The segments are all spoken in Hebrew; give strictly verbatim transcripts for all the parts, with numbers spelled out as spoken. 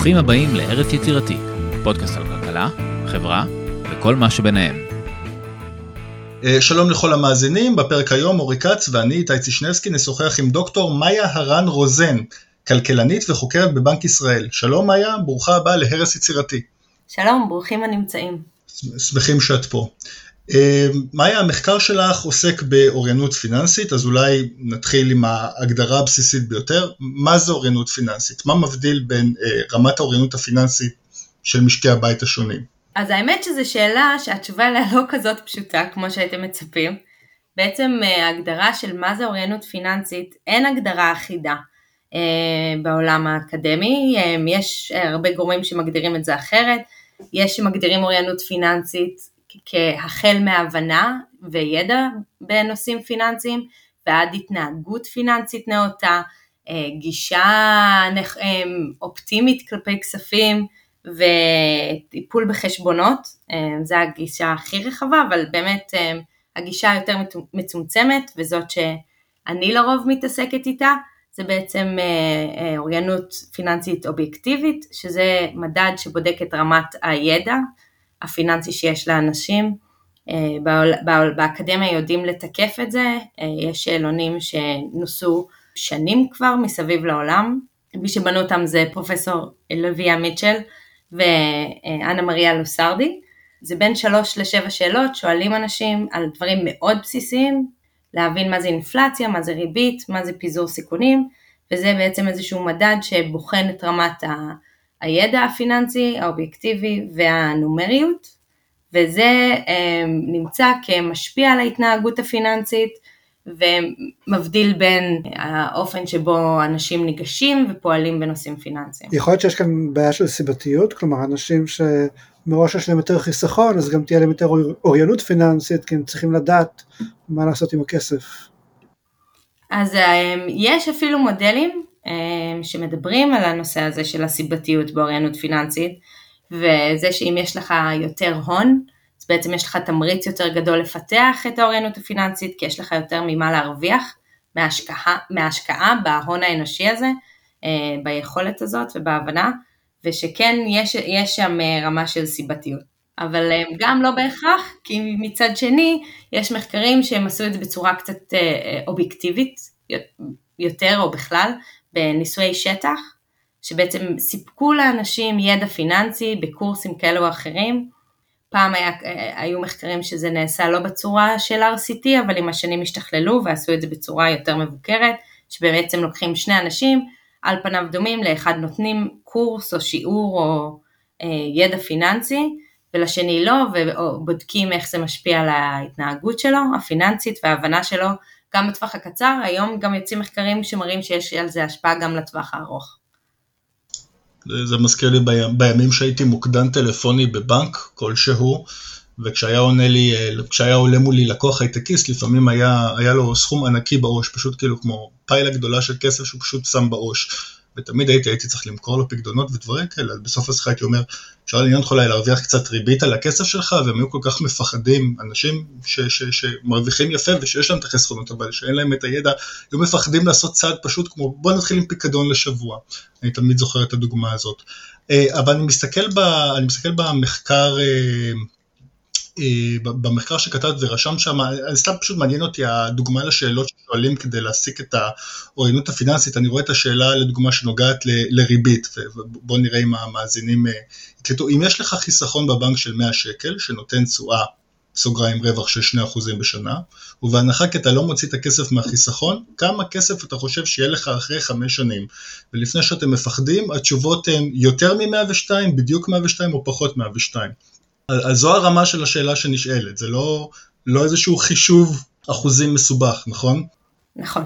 ברוכים הבאים לארץ יצירתי, פודקאסט על כלכלה, חברה וכל מה שביניהם. שלום לכל המאזינים, בפרק היום אורי כץ ואני איתי צישנסקי נשוחח עם דוקטור מאיה הרן רוזן, כלכלנית וחוקרת בבנק ישראל. שלום מאיה, ברוכה הבאה להרץ יצירתי. שלום, ברוכים הנמצאים. שמחים שאת פה. מאיה, המחקר שלך עוסק באוריינות פיננסית, אז אולי נתחיל עם ההגדרה הבסיסית ביותר. מה זה אוריינות פיננסית? מה מבדיל בין רמת האוריינות הפיננסית של משקי הבית השונים? אז האמת שזו שאלה שהתשובה עליה לא כזאת פשוטה כמו שהייתם מצפים. בעצם ההגדרה של מה זה אוריינות פיננסית, אין הגדרה אחידה בעולם האקדמי. יש הרבה גורמים שמגדירים את זה אחרת. יש שמגדירים אוריינות פיננסית כהחל מהבנה וידע בנושאים פיננסיים, ועד התנהגות פיננסית נאותה, גישה אופטימית כלפי כספים, וטיפול בחשבונות. זה הגישה הכי רחבה, אבל באמת הגישה היותר מצומצמת, וזאת שאני לרוב מתעסקת איתה, זה בעצם אוריינות פיננסית אובייקטיבית, שזה מדד שבודק את רמת הידע הפיננסי שיש לאנשים. באקדמיה יודעים לתקף את זה, יש שאלונים שנוסו שנים כבר מסביב לעולם, מי שבנו אותם זה פרופסור לויה מיטשל ואנה מריה לוסרדי. זה בין שלוש לשבע שאלות, שואלים אנשים על דברים מאוד בסיסיים, להבין מה זה אינפלציה, מה זה ריבית, מה זה פיזור סיכונים, וזה בעצם איזשהו מדד שבוחן את רמת הידע הפיננסי, האובייקטיבי והנומריות, וזה נמצא כמשפיע על ההתנהגות הפיננסית, ומבדיל בין האופן שבו אנשים ניגשים ופועלים בנושאים פיננסיים. יכול להיות שיש כאן בעיה של סיבתיות, כלומר אנשים שמראש יש להם יותר חיסכון, אז גם תהיה להם יותר אוריינות פיננסית, כי הם צריכים לדעת מה לעשות עם הכסף. אז יש אפילו מודלים שמדברים על הנושא הזה של הסיבתיות באוריינות פיננסית, וזה שאם יש לך יותר הון, אז בעצם יש לך תמריץ יותר גדול לפתח את האוריינות הפיננסית, כי יש לך יותר ממה להרוויח מההשקעה, מההשקעה בהון האנושי הזה, ביכולת הזאת ובהבנה, ושכן יש, יש שם רמה של סיבתיות. אבל גם לא בהכרח, כי מצד שני יש מחקרים שהם עשו את זה בצורה קצת אובייקטיבית, יותר או בכלל, בניסויי שטח, שבעצם סיפקו לאנשים ידע פיננסי בקורסים כאלו או אחרים. פעם היה, היו מחקרים שזה נעשה לא בצורה של אר סי טי, אבל עם השנים השתכללו ועשו את זה בצורה יותר מבוקרת, שבעצם לוקחים שני אנשים על פניו דומים, לאחד נותנים קורס או שיעור או אה, ידע פיננסי, ולשני לא, ובודקים איך זה משפיע על ההתנהגות שלו, הפיננסית וההבנה שלו, גם בטווח הקצר. היום גם יוצאים מחקרים שמראים שיש על זה השפעה גם לטווח הארוך. זה מזכיר לי בימים שהייתי מוקדן טלפוני בבנק כלשהו, וכשהיה עונה לי, כשהיה עולה מולי לקוח הייטקיסט, לפעמים היה, היה לו סכום ענקי בראש, פשוט כאילו כמו פיילה גדולה של כסף שהוא פשוט שם בראש, ותמיד הייתי, הייתי צריך למכור לו פקדונות ודברים כאלה. בסוף השיחה הייתי אומר, אפשר לעניין אותך להרוויח קצת ריבית על הכסף שלך, והם היו כל כך מפחדים, אנשים ש, ש, שמרוויחים יפה ושיש להם את החסכונות, אבל שאין להם את הידע, היו מפחדים לעשות צעד פשוט כמו, בוא נתחיל עם פיקדון לשבוע. אני תמיד זוכר את הדוגמה הזאת. אבל אני מסתכל, ב, אני מסתכל במחקר, במחקר שכתבת ורשם שם, אני סתם פשוט מעניין אותי הדוגמה לשאלות ששואלים כדי להסיק את האוריינות הפיננסית. אני רואה את השאלה לדוגמה שנוגעת ל, לריבית, ובוא נראה אם המאזינים יקלטו. אם יש לך חיסכון בבנק של מאה שקל, שנותן תשואה, סוגריים רווח של שני אחוזים בשנה, ובהנחה כי אתה לא מוציא את הכסף מהחיסכון, כמה כסף אתה חושב שיהיה לך אחרי חמש שנים? ולפני שאתם מפחדים, התשובות הן יותר מ-מאה ושתיים, בדיוק מאה ושתיים או פחות מאה ושתיים. אז זו הרמה של השאלה שנשאלת, זה לא, לא איזשהו חישוב אחוזים מסובך, נכון? נכון.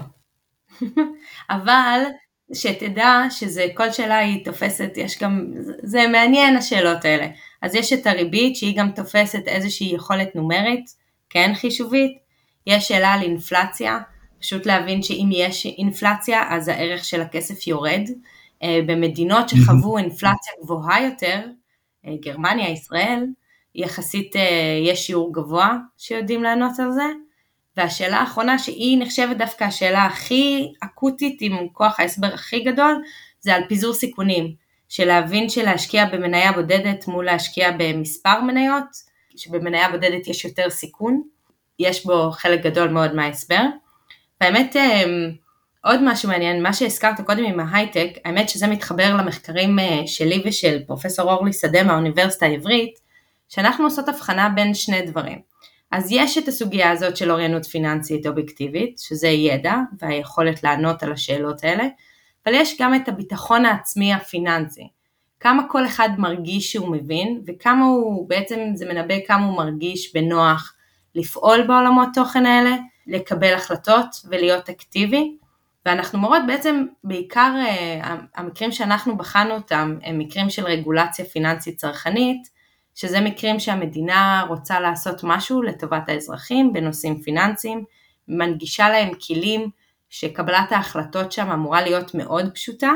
אבל שתדע שזה כל שאלה היא תופסת, יש גם, זה מעניין השאלות האלה. אז יש את הריבית שהיא גם תופסת איזושהי יכולת נומרית, כן חישובית. יש שאלה על אינפלציה, פשוט להבין שאם יש אינפלציה אז הערך של הכסף יורד. במדינות שחוו אינפלציה גבוהה יותר, גרמניה, ישראל, יחסית יש שיעור גבוה שיודעים לענות על זה. והשאלה האחרונה שהיא נחשבת דווקא השאלה הכי אקוטית עם כוח ההסבר הכי גדול, זה על פיזור סיכונים, של להבין שלהשקיע במניה בודדת מול להשקיע במספר מניות, שבמניה בודדת יש יותר סיכון, יש בו חלק גדול מאוד מההסבר. והאמת, עוד משהו מעניין, מה שהזכרת קודם עם ההייטק, האמת שזה מתחבר למחקרים שלי ושל פרופסור אורלי שדה מהאוניברסיטה העברית, שאנחנו עושות הבחנה בין שני דברים. אז יש את הסוגיה הזאת של אוריינות פיננסית אובייקטיבית, שזה ידע והיכולת לענות על השאלות האלה, אבל יש גם את הביטחון העצמי הפיננסי. כמה כל אחד מרגיש שהוא מבין, וכמה הוא, בעצם זה מנבא כמה הוא מרגיש בנוח לפעול בעולמות תוכן האלה, לקבל החלטות ולהיות אקטיבי. ואנחנו מורות בעצם, בעיקר המקרים שאנחנו בחנו אותם, הם מקרים של רגולציה פיננסית צרכנית, שזה מקרים שהמדינה רוצה לעשות משהו לטובת האזרחים בנושאים פיננסיים, מנגישה להם כלים שקבלת ההחלטות שם אמורה להיות מאוד פשוטה,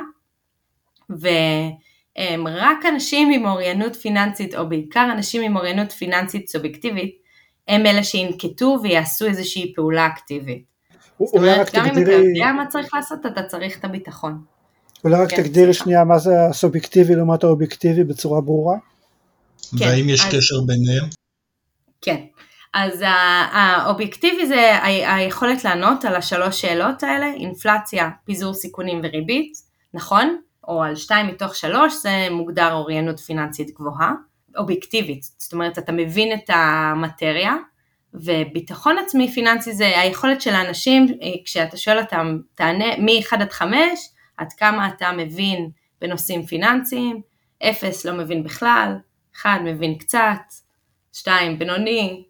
ורק אנשים עם אוריינות פיננסית, או בעיקר אנשים עם אוריינות פיננסית סובייקטיבית, הם אלה שינקטו ויעשו איזושהי פעולה אקטיבית. זאת אומרת, גם אם אתה יודע מה צריך לעשות, אתה צריך את הביטחון. אולי רק תגדירי שנייה מה זה הסובייקטיבי לעומת האובייקטיבי בצורה ברורה? והאם יש קשר ביניהם? כן, אז האובייקטיבי זה היכולת לענות על השלוש שאלות האלה, אינפלציה, פיזור סיכונים וריבית, נכון? או על שתיים מתוך שלוש, זה מוגדר אוריינות פיננסית גבוהה, אובייקטיבית, זאת אומרת, אתה מבין את המטריה, וביטחון עצמי פיננסי זה היכולת של האנשים, כשאתה שואל אותם, תענה מ-אחד עד חמש, עד כמה אתה מבין בנושאים פיננסיים, אפס לא מבין בכלל, אחד מבין קצת, שתיים בינוני,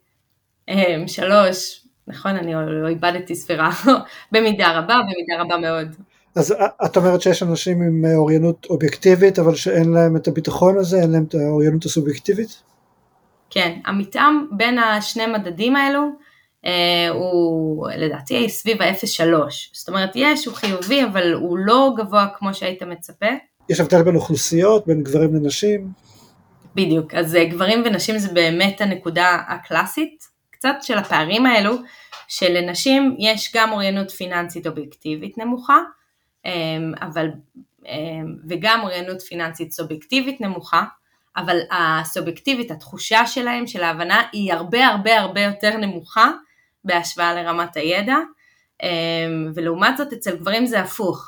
שלוש, נכון, אני לא איבדתי ספירה, במידה רבה, במידה רבה מאוד. אז את אומרת שיש אנשים עם אוריינות אובייקטיבית, אבל שאין להם את הביטחון הזה, אין להם את האוריינות הסובייקטיבית? כן, המתאם בין השני מדדים האלו, אה, הוא לדעתי סביב ה-אפס נקודה שלוש, זאת אומרת יש, הוא חיובי, אבל הוא לא גבוה כמו שהיית מצפה. יש הבדל בין אוכלוסיות, בין גברים לנשים? בדיוק, אז גברים ונשים זה באמת הנקודה הקלאסית, קצת של הפערים האלו, שלנשים יש גם אוריינות פיננסית אובייקטיבית נמוכה, אבל, וגם אוריינות פיננסית סובייקטיבית נמוכה, אבל הסובייקטיבית, התחושה שלהם, של ההבנה, היא הרבה הרבה הרבה יותר נמוכה, בהשוואה לרמת הידע, ולעומת זאת אצל גברים זה הפוך,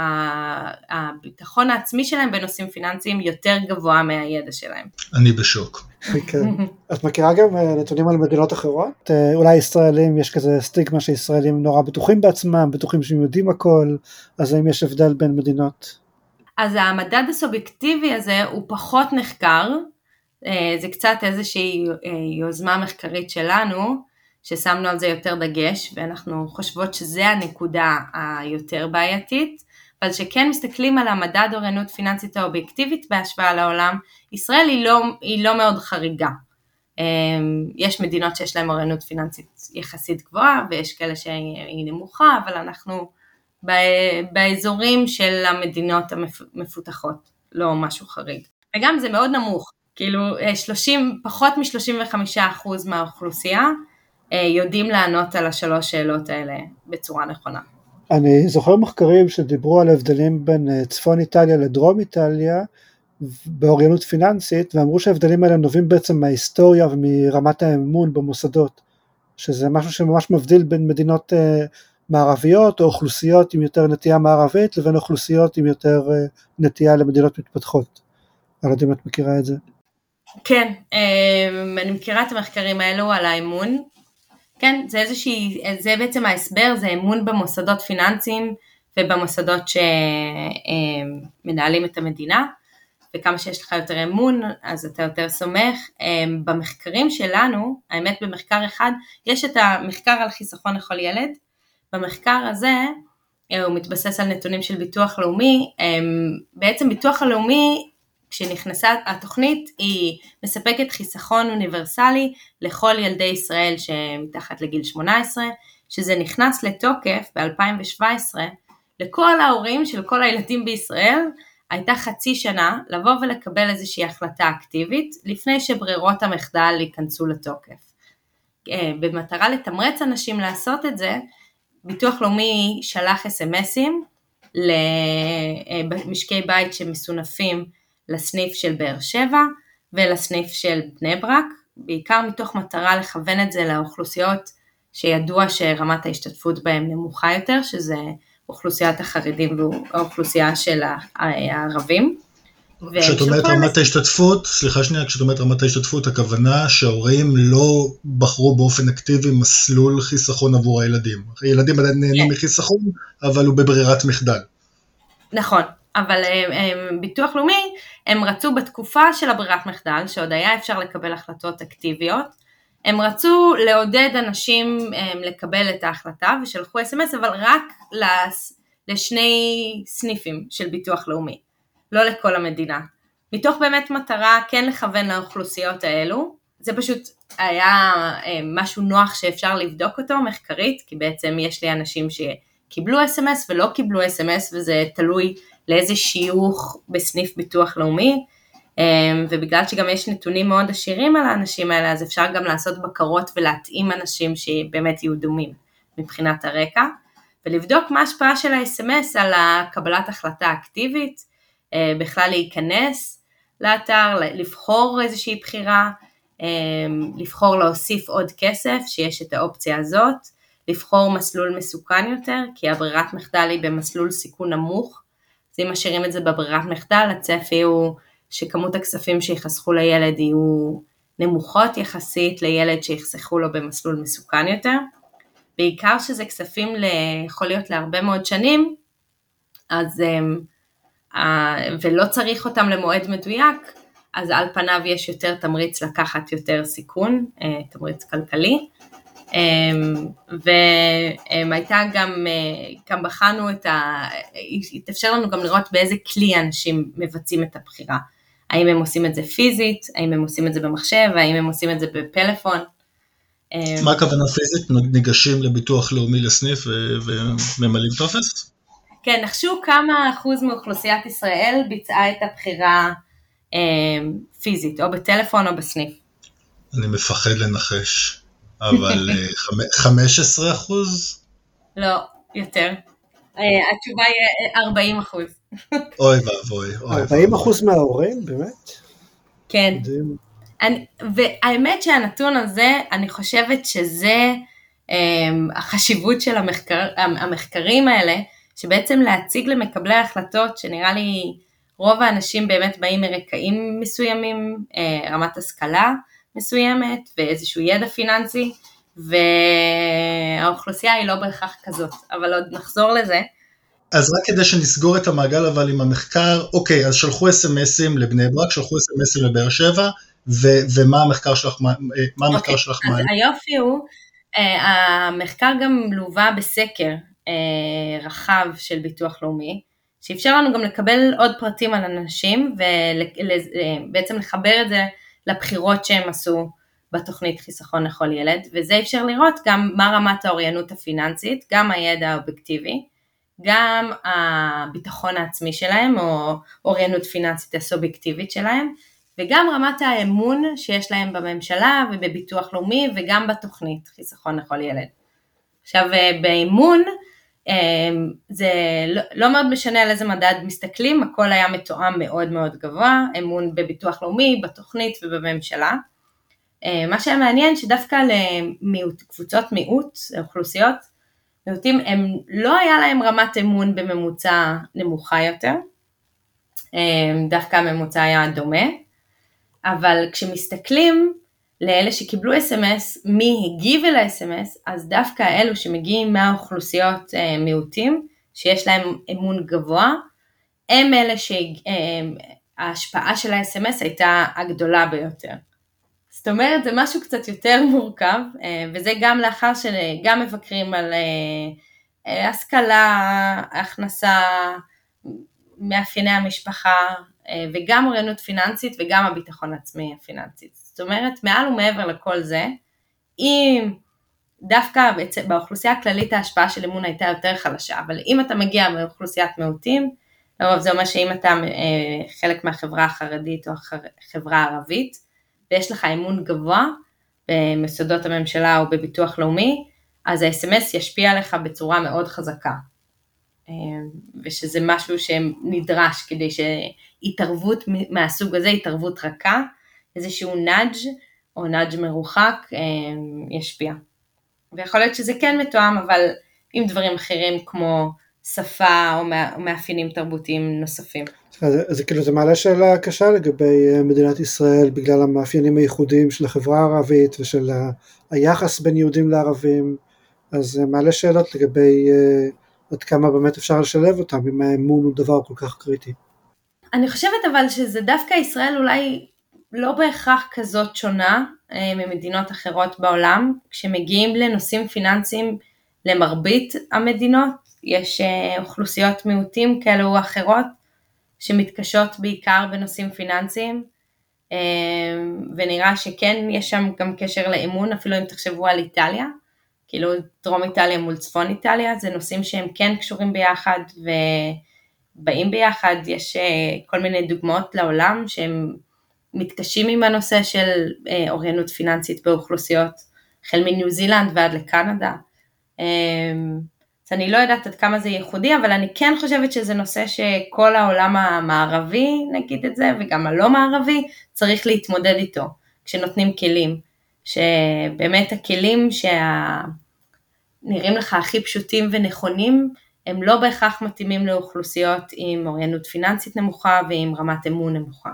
הביטחון העצמי שלהם בנושאים פיננסיים יותר גבוה מהידע שלהם. אני בשוק. את מכירה גם נתונים על מדינות אחרות? אולי ישראלים, יש כזה סטיגמה שישראלים נורא בטוחים בעצמם, בטוחים שהם יודעים הכל, אז האם יש הבדל בין מדינות? אז המדד הסובייקטיבי הזה הוא פחות נחקר, זה קצת איזושהי יוזמה מחקרית שלנו, ששמנו על זה יותר דגש, ואנחנו חושבות שזה הנקודה היותר בעייתית, אבל שכן מסתכלים על המדד אוריינות פיננסית האובייקטיבית בהשוואה לעולם, ישראל היא לא, היא לא מאוד חריגה. יש מדינות שיש להן אוריינות פיננסית יחסית גבוהה, ויש כאלה שהיא נמוכה, אבל אנחנו באזורים של המדינות המפותחות, לא משהו חריג. וגם זה מאוד נמוך, כאילו שלושים, פחות מ-שלושים וחמישה אחוז מהאוכלוסייה, יודעים לענות על השלוש שאלות האלה בצורה נכונה. אני זוכר מחקרים שדיברו על הבדלים בין צפון איטליה לדרום איטליה, באוריינות פיננסית, ואמרו שההבדלים האלה נובעים בעצם מההיסטוריה ומרמת האמון במוסדות, שזה משהו שממש מבדיל בין מדינות מערביות או אוכלוסיות עם יותר נטייה מערבית, לבין אוכלוסיות עם יותר נטייה למדינות מתפתחות. אני לא יודע אם את מכירה את זה. כן, אני מכירה את המחקרים האלו על האמון, כן, זה איזושהי, זה בעצם ההסבר, זה אמון במוסדות פיננסיים ובמוסדות שמנהלים את המדינה, וכמה שיש לך יותר אמון, אז אתה יותר סומך. במחקרים שלנו, האמת במחקר אחד, יש את המחקר על חיסכון לכל ילד, במחקר הזה, הוא מתבסס על נתונים של ביטוח לאומי, בעצם ביטוח הלאומי, כשנכנסה התוכנית, היא מספקת חיסכון אוניברסלי לכל ילדי ישראל שמתחת לגיל שמונה עשרה, שזה נכנס לתוקף ב-אלפיים שבע עשרה, לכל ההורים של כל הילדים בישראל, הייתה חצי שנה לבוא ולקבל איזושהי החלטה אקטיבית, לפני שברירות המחדל ייכנסו לתוקף. במטרה לתמרץ אנשים לעשות את זה, ביטוח לאומי שלח אס אם אסים למשקי בית שמסונפים, לסניף של באר שבע ולסניף של בני ברק, בעיקר מתוך מטרה לכוון את זה לאוכלוסיות שידוע שרמת ההשתתפות בהם נמוכה יותר, שזה אוכלוסיית החרדים והאוכלוסייה של הערבים. כשאת אומרת רמת ההשתתפות, סליחה שנייה, כשאת אומרת רמת ההשתתפות, הכוונה שההורים לא בחרו באופן אקטיבי מסלול חיסכון עבור הילדים. הילדים עדיין נהנים מחיסכון, אבל הוא בברירת מחדל. נכון, אבל ביטוח לאומי, הם רצו בתקופה של הברירת מחדל, שעוד היה אפשר לקבל החלטות אקטיביות, הם רצו לעודד אנשים לקבל את ההחלטה, ושלחו אס אם אס, אבל רק לשני סניפים של ביטוח לאומי. לא לכל המדינה. מתוך באמת מטרה כן לכוון לאוכלוסיות האלו, זה פשוט היה משהו נוח שאפשר לבדוק אותו מחקרית, כי בעצם יש לי אנשים שקיבלו אס אם אס ולא קיבלו אס אם אס, וזה תלוי לאיזה שיוך בסניף ביטוח לאומי, ובגלל שגם יש נתונים מאוד עשירים על האנשים האלה, אז אפשר גם לעשות בקרות ולהתאים אנשים שבאמת יהיו דומים מבחינת הרקע, ולבדוק מה ההשפעה של ה-אס אם אס על הקבלת החלטה אקטיבית, בכלל להיכנס לאתר, לבחור איזושהי בחירה, לבחור להוסיף עוד כסף, שיש את האופציה הזאת, לבחור מסלול מסוכן יותר, כי הברירת מחדל היא במסלול סיכון נמוך, אז אם משאירים את זה בברירת מחדל, הצפי הוא שכמות הכספים שיחסכו לילד יהיו נמוכות יחסית לילד שיחסכו לו במסלול מסוכן יותר, בעיקר שזה כספים יכול להיות להרבה מאוד שנים, אז ולא צריך אותם למועד מדויק, אז על פניו יש יותר תמריץ לקחת יותר סיכון, תמריץ כלכלי, והייתה גם, גם בחנו את ה... התאפשר לנו גם לראות באיזה כלי אנשים מבצעים את הבחירה, האם הם עושים את זה פיזית, האם הם עושים את זה במחשב, האם הם עושים את זה בפלאפון. מה הכוונה פיזית? ניגשים לביטוח לאומי לסניף וממלאים טופס? כן, נחשו כמה אחוז מאוכלוסיית ישראל ביצעה את הבחירה אה, פיזית, או בטלפון או בסניף. אני מפחד לנחש, אבל חמישה עשר אחוז? לא, יותר. אה, התשובה היא ארבעים אחוז. אוי ואבוי. ארבעים אחוז מההורים, באמת? כן. אני, והאמת שהנתון הזה, אני חושבת שזה אה, החשיבות של המחקר, המחקרים האלה, שבעצם להציג למקבלי ההחלטות, שנראה לי רוב האנשים באמת באים מרקעים מסוימים, רמת השכלה מסוימת, ואיזשהו ידע פיננסי, והאוכלוסייה היא לא בהכרח כזאת, אבל עוד נחזור לזה. אז רק כדי שנסגור את המעגל אבל עם המחקר, אוקיי, אז שלחו אס אם אסים לבני ברק, שלחו אס אם אסים לבאר שבע, ו- ומה המחקר שלך, מה המחקר אוקיי, שלך? אז מה? היופי הוא, המחקר גם לווה בסקר, רחב של ביטוח לאומי, שאפשר לנו גם לקבל עוד פרטים על אנשים, ובעצם לחבר את זה לבחירות שהם עשו בתוכנית חיסכון לכל ילד, וזה אפשר לראות גם מה רמת האוריינות הפיננסית, גם הידע האובייקטיבי, גם הביטחון העצמי שלהם, או אוריינות פיננסית הסובייקטיבית שלהם, וגם רמת האמון שיש להם בממשלה ובביטוח לאומי, וגם בתוכנית חיסכון לכל ילד. עכשיו, באמון, זה לא, לא מאוד משנה על איזה מדד מסתכלים, הכל היה מתואם מאוד מאוד גבוה, אמון בביטוח לאומי, בתוכנית ובממשלה. מה שהיה מעניין שדווקא למיעוט, קבוצות מיעוט, אוכלוסיות, מיעוטים, הם לא היה להם רמת אמון בממוצע נמוכה יותר, דווקא הממוצע היה דומה, אבל כשמסתכלים לאלה שקיבלו אס אם אס, מי הגיב אל ה-אס אם אס, אז דווקא אלו שמגיעים מהאוכלוסיות מיעוטים, שיש להם אמון גבוה, הם אלה שההשפעה של ה-אס אם אס הייתה הגדולה ביותר. זאת אומרת, זה משהו קצת יותר מורכב, וזה גם לאחר שגם מבקרים על השכלה, הכנסה, מאפייני המשפחה, וגם אוריינות פיננסית וגם הביטחון עצמי הפיננסית. זאת אומרת, מעל ומעבר לכל זה, אם דווקא באוכלוסייה הכללית ההשפעה של אמון הייתה יותר חלשה, אבל אם אתה מגיע מאוכלוסיית מיעוטים, לרוב זה אומר שאם אתה חלק מהחברה החרדית או החברה הערבית, ויש לך אמון גבוה במוסדות הממשלה או בביטוח לאומי, אז ה-אס אם אס ישפיע עליך בצורה מאוד חזקה. ושזה משהו שנדרש כדי התערבות מהסוג הזה, התערבות רכה, איזשהו נאג' או נאג' מרוחק ישפיע. ויכול להיות שזה כן מתואם, אבל עם דברים אחרים כמו שפה או מאפיינים תרבותיים נוספים. אז, אז כאילו זה מעלה שאלה קשה לגבי מדינת ישראל, בגלל המאפיינים הייחודיים של החברה הערבית ושל היחס בין יהודים לערבים, אז זה מעלה שאלות לגבי עד כמה באמת אפשר לשלב אותם, אם האמון הוא דבר כל כך קריטי. אני חושבת אבל שזה דווקא ישראל אולי לא בהכרח כזאת שונה ממדינות אחרות בעולם, כשמגיעים לנושאים פיננסיים למרבית המדינות, יש אוכלוסיות מיעוטים כאלו או אחרות, שמתקשות בעיקר בנושאים פיננסיים, ונראה שכן יש שם גם קשר לאמון, אפילו אם תחשבו על איטליה, כאילו דרום איטליה מול צפון איטליה, זה נושאים שהם כן קשורים ביחד ובאים ביחד, יש כל מיני דוגמאות לעולם שהם מתקשים עם הנושא של אוריינות פיננסית באוכלוסיות, החל מניו זילנד ועד לקנדה, אז אני לא יודעת עד כמה זה ייחודי, אבל אני כן חושבת שזה נושא שכל העולם המערבי, נגיד את זה, וגם הלא מערבי, צריך להתמודד איתו, כשנותנים כלים, שבאמת הכלים שנראים לך הכי פשוטים ונכונים, הם לא בהכרח מתאימים לאוכלוסיות עם אוריינות פיננסית נמוכה, ועם רמת אמון נמוכה.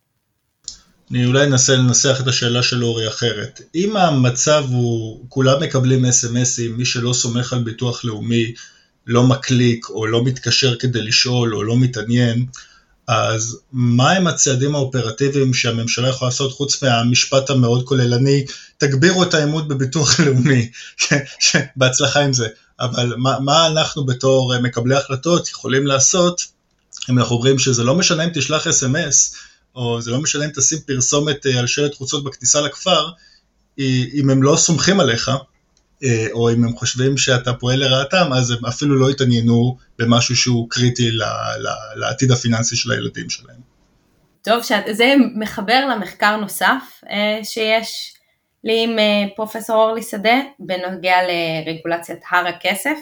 אני אולי אנסה לנסח את השאלה של אורי אחרת. אם המצב הוא, כולם מקבלים אס אם אסים, מי שלא סומך על ביטוח לאומי, לא מקליק או לא מתקשר כדי לשאול או לא מתעניין, אז מה הם הצעדים האופרטיביים שהממשלה יכולה לעשות חוץ מהמשפט המאוד כוללני, תגבירו את האמון בביטוח לאומי, בהצלחה עם זה. אבל מה, מה אנחנו בתור מקבלי החלטות יכולים לעשות, אם אנחנו אומרים שזה לא משנה אם תשלח אס אם אס, או זה לא משנה אם תשים פרסומת על שלט חוצות בכניסה לכפר, אם הם לא סומכים עליך, או אם הם חושבים שאתה פועל לרעתם, אז הם אפילו לא יתעניינו במשהו שהוא קריטי לעתיד הפיננסי של הילדים שלהם. טוב, זה מחבר למחקר נוסף שיש לי עם פרופסור אורלי שדה, בנוגע לרגולציית הר הכסף,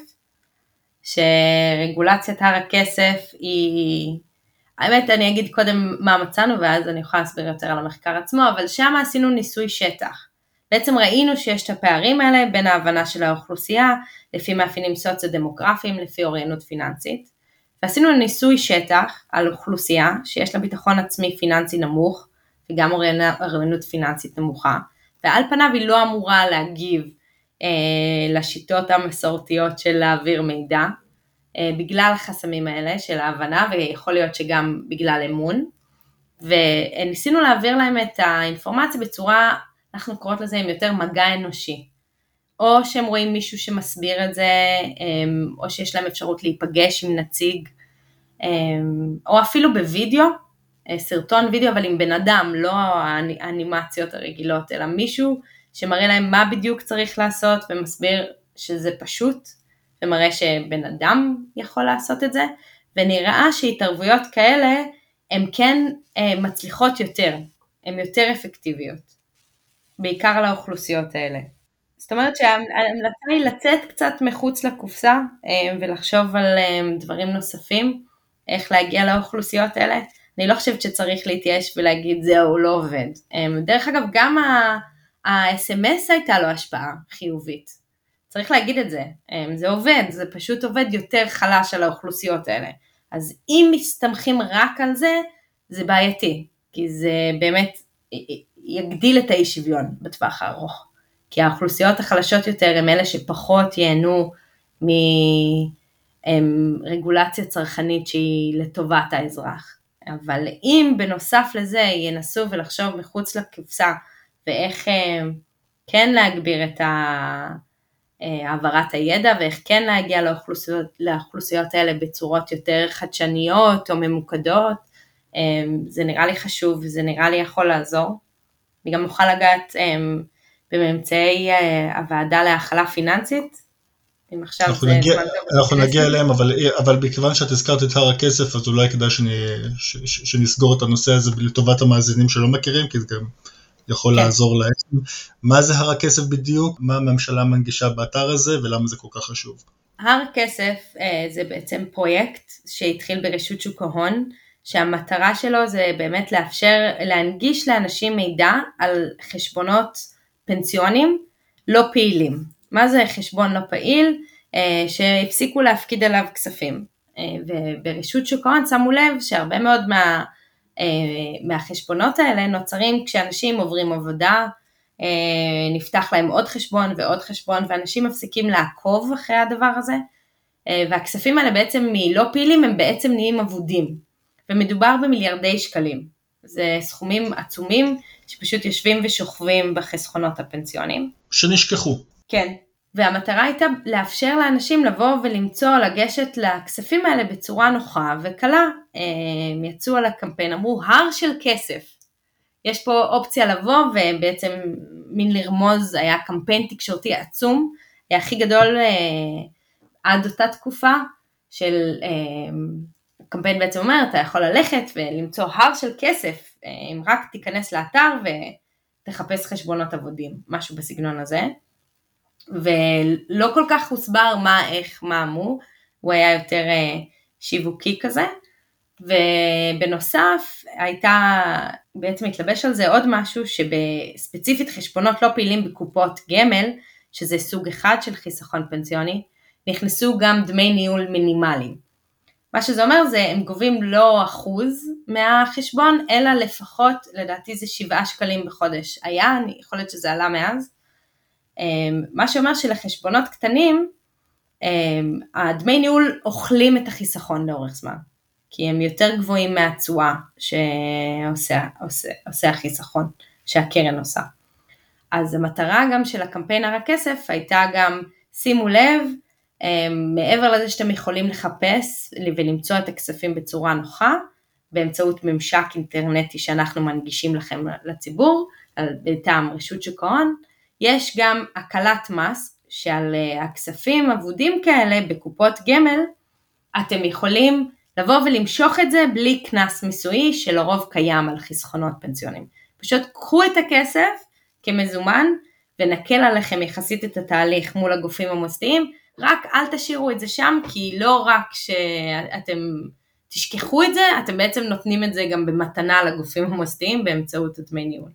שרגולציית הר הכסף היא... האמת, אני אגיד קודם מה מצאנו, ואז אני יכולה להסביר יותר על המחקר עצמו, אבל שם עשינו ניסוי שטח. בעצם ראינו שיש את הפערים האלה בין ההבנה של האוכלוסייה, לפי מאפיינים סוציו-דמוגרפיים, לפי אוריינות פיננסית, ועשינו ניסוי שטח על אוכלוסייה, שיש לה ביטחון עצמי פיננסי נמוך, וגם אוריינות פיננסית נמוכה, ועל פניו היא לא אמורה להגיב אה, לשיטות המסורתיות של להעביר מידע, בגלל החסמים האלה של ההבנה, ויכול להיות שגם בגלל אמון, וניסינו להעביר להם את האינפורמציה בצורה, אנחנו קוראות לזה עם יותר מגע אנושי, או שהם רואים מישהו שמסביר את זה, או שיש להם אפשרות להיפגש עם נציג, או אפילו בווידאו, סרטון וידאו, אבל עם בן אדם, לא האנימציות הרגילות, אלא מישהו שמראה להם מה בדיוק צריך לעשות, ומסביר שזה פשוט, ומראה שבן אדם יכול לעשות את זה, ונראה שהתערבויות כאלה, הן כן אה, מצליחות יותר, הן יותר אפקטיביות, בעיקר לאוכלוסיות האלה. זאת אומרת שההמלצה היא לצאת קצת מחוץ לקופסה, אה, ולחשוב על אה, דברים נוספים, איך להגיע לאוכלוסיות האלה. אני לא חושבת שצריך להתייאש ולהגיד זהו, לא עובד. אה, דרך אגב, גם ה-אס אם אס הייתה לו השפעה חיובית. צריך להגיד את זה, זה עובד, זה פשוט עובד יותר חלש על האוכלוסיות האלה. אז אם מסתמכים רק על זה, זה בעייתי, כי זה באמת יגדיל את האי שוויון בטווח הארוך. כי האוכלוסיות החלשות יותר הם אלה שפחות ייהנו מרגולציה צרכנית שהיא לטובת האזרח. אבל אם בנוסף לזה ינסו ולחשוב מחוץ לקופסה, ואיך כן להגביר את ה... העברת הידע, ואיך כן להגיע לאוכלוסיות, לאוכלוסיות האלה בצורות יותר חדשניות או ממוקדות, זה נראה לי חשוב, זה נראה לי יכול לעזור. אני גם אוכל לגעת בממצאי הוועדה להכלה פיננסית, אם עכשיו אנחנו זה... נגיע, אנחנו נגיע אליהם, אבל, אבל בכיוון שאת הזכרת את הר הכסף, אז אולי כדאי שאני, ש, ש, שנסגור את הנושא הזה לטובת המאזינים שלא מכירים, כי זה גם... יכול כן. לעזור להם. מה זה הר הכסף בדיוק? מה הממשלה מנגישה באתר הזה ולמה זה כל כך חשוב? הר הכסף זה בעצם פרויקט שהתחיל ברשות שוק ההון, שהמטרה שלו זה באמת לאפשר, להנגיש לאנשים מידע על חשבונות פנסיונים לא פעילים. מה זה חשבון לא פעיל? שהפסיקו להפקיד עליו כספים. וברשות שוק ההון שמו לב שהרבה מאוד מה, מהחשבונות האלה נוצרים כשאנשים עוברים עבודה, נפתח להם עוד חשבון ועוד חשבון, ואנשים מפסיקים לעקוב אחרי הדבר הזה, והכספים האלה בעצם מלא פעילים הם בעצם נהיים עבודים, ומדובר במיליארדי שקלים. זה סכומים עצומים שפשוט יושבים ושוכבים בחסכונות הפנסיונים. שנשכחו. כן, והמטרה הייתה לאפשר לאנשים לבוא ולמצוא, לגשת לכספים האלה בצורה נוחה וקלה. הם יצאו על הקמפיין, אמרו הר של כסף. יש פה אופציה לבוא ובעצם מין לרמוז, היה קמפיין תקשורתי עצום, היה הכי גדול עד אותה תקופה של קמפיין בעצם אומר, אתה יכול ללכת ולמצוא הר של כסף, אם רק תיכנס לאתר ותחפש חשבונות עבודים, משהו בסגנון הזה. ולא כל כך הוסבר מה, איך, מה מו, הוא היה יותר שיווקי כזה, ובנוסף הייתה, בעצם התלבש על זה עוד משהו, שבספציפית חשבונות לא פעילים בקופות גמל, שזה סוג אחד של חיסכון פנסיוני, נכנסו גם דמי ניהול מינימליים. מה שזה אומר זה, הם גובים לא אחוז מהחשבון, אלא לפחות, לדעתי זה שבעה שקלים בחודש. היה, אני יכולת שזה עלה מאז, מה שאומר שלחשבונות קטנים, הדמי ניהול אוכלים את החיסכון לאורך זמן, כי הם יותר גבוהים מהתשואה שעושה עושה, עושה החיסכון, שהקרן עושה. אז המטרה גם של הקמפיין הר הכסף הייתה גם, שימו לב, מעבר לזה שאתם יכולים לחפש ולמצוא את הכספים בצורה נוחה, באמצעות ממשק אינטרנטי שאנחנו מנגישים לכם לציבור, על טעם רשות שוק ההון, יש גם הקלת מס, שעל הכספים עבודים כאלה בקופות גמל, אתם יכולים לבוא ולמשוך את זה בלי כנס מיסוי, שלרוב קיים על חסכונות פנסיונים. פשוט קחו את הכסף כמזומן, ונקל עליכם יחסית את התהליך מול הגופים המוסדיים, רק אל תשאירו את זה שם, כי לא רק שאתם תשכחו את זה, אתם בעצם נותנים את זה גם במתנה לגופים המוסדיים, באמצעות דמי ניהול.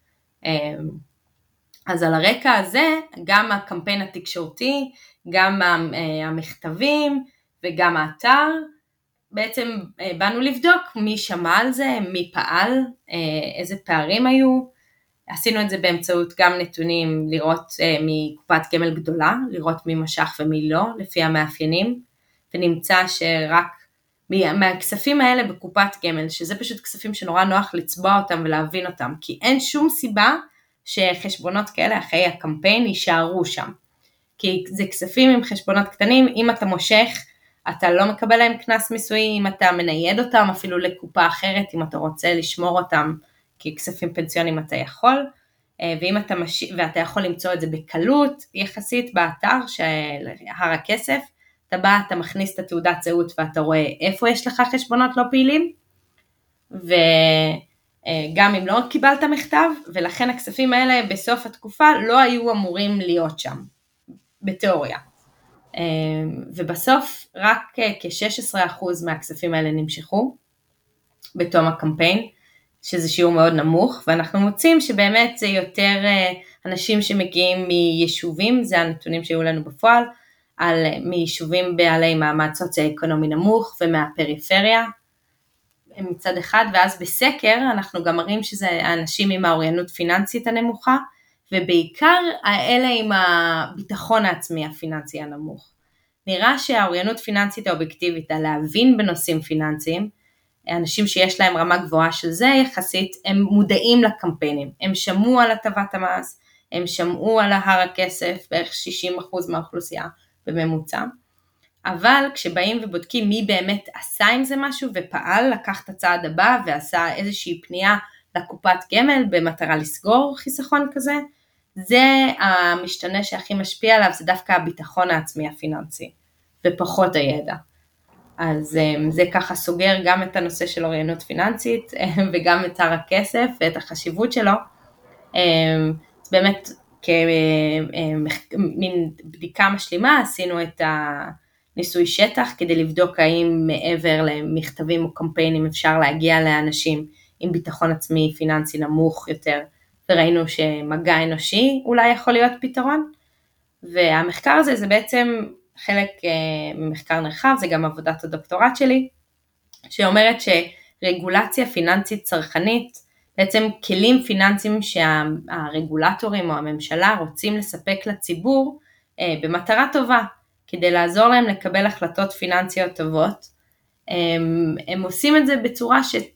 אז על הרקע הזה, גם הקמפיין התקשורתי, גם המכתבים וגם האתר, בעצם באנו לבדוק מי שמע על זה, מי פעל, איזה פערים היו. עשינו את זה באמצעות גם נתונים לראות מקופת גמל גדולה, לראות מי משך ומי לא, לפי המאפיינים, ונמצא שרק מהכספים האלה בקופת גמל, שזה פשוט כספים שנורא נוח לצבוע אותם ולהבין אותם, כי אין שום סיבה שחשבונות כאלה אחרי הקמפיין יישארו שם. כי זה כספים עם חשבונות קטנים, אם אתה מושך, אתה לא מקבל להם כנס מיסוי, אם אתה מנייד אותם אפילו לקופה אחרת, אם אתה רוצה לשמור אותם ככספים פנסיונים אתה יכול, ואם אתה מש... ואתה יכול למצוא את זה בקלות יחסית באתר של הר הכסף, אתה בא, אתה מכניס את התעודת זהות ואתה רואה איפה יש לך חשבונות לא פעילים, וגם אם לא קיבלת מכתב, ולכן הכספים האלה בסוף התקופה לא היו אמורים להיות שם, בתיאוריה. ובסוף רק כ-שש עשרה אחוז מהכספים האלה נמשכו בתום הקמפיין, שזה שיעור מאוד נמוך, ואנחנו מוצאים שבאמת זה יותר אנשים שמגיעים מיישובים, זה הנתונים שהיו לנו בפועל, על מיישובים בעלי מעמד סוציו-אקונומי נמוך ומהפריפריה מצד אחד, ואז בסקר אנחנו גם מראים שזה האנשים עם האוריינות פיננסית הנמוכה, ובעיקר האלה עם הביטחון העצמי הפיננסי הנמוך. נראה שהאוריינות פיננסית האובייקטיבית על להבין בנושאים פיננסיים, אנשים שיש להם רמה גבוהה של זה יחסית, הם מודעים לקמפיינים, הם שמעו על הטבת המס, הם שמעו על הר הכסף, בערך שישים אחוז מהאוכלוסייה בממוצע, אבל כשבאים ובודקים מי באמת עשה עם זה משהו ופעל, לקח את הצעד הבא ועשה איזושהי פנייה לקופת גמל במטרה לסגור חיסכון כזה, זה המשתנה שהכי משפיע עליו, זה דווקא הביטחון העצמי הפיננסי, ופחות הידע. אז זה ככה סוגר גם את הנושא של אוריינות פיננסית, וגם את הר הכסף ואת החשיבות שלו. באמת כמין בדיקה משלימה, עשינו את ה... ניסוי שטח כדי לבדוק האם מעבר למכתבים או קמפיינים אפשר להגיע לאנשים עם ביטחון עצמי פיננסי נמוך יותר, וראינו שמגע אנושי אולי יכול להיות פתרון, והמחקר הזה זה בעצם חלק ממחקר נרחב, זה גם עבודת הדוקטורט שלי, שאומרת שרגולציה פיננסית צרכנית, בעצם כלים פיננסיים שהרגולטורים או הממשלה רוצים לספק לציבור במטרה טובה, כדי לעזור להם לקבל החלטות פיננסיות טובות. הם, הם עושים את זה בצורה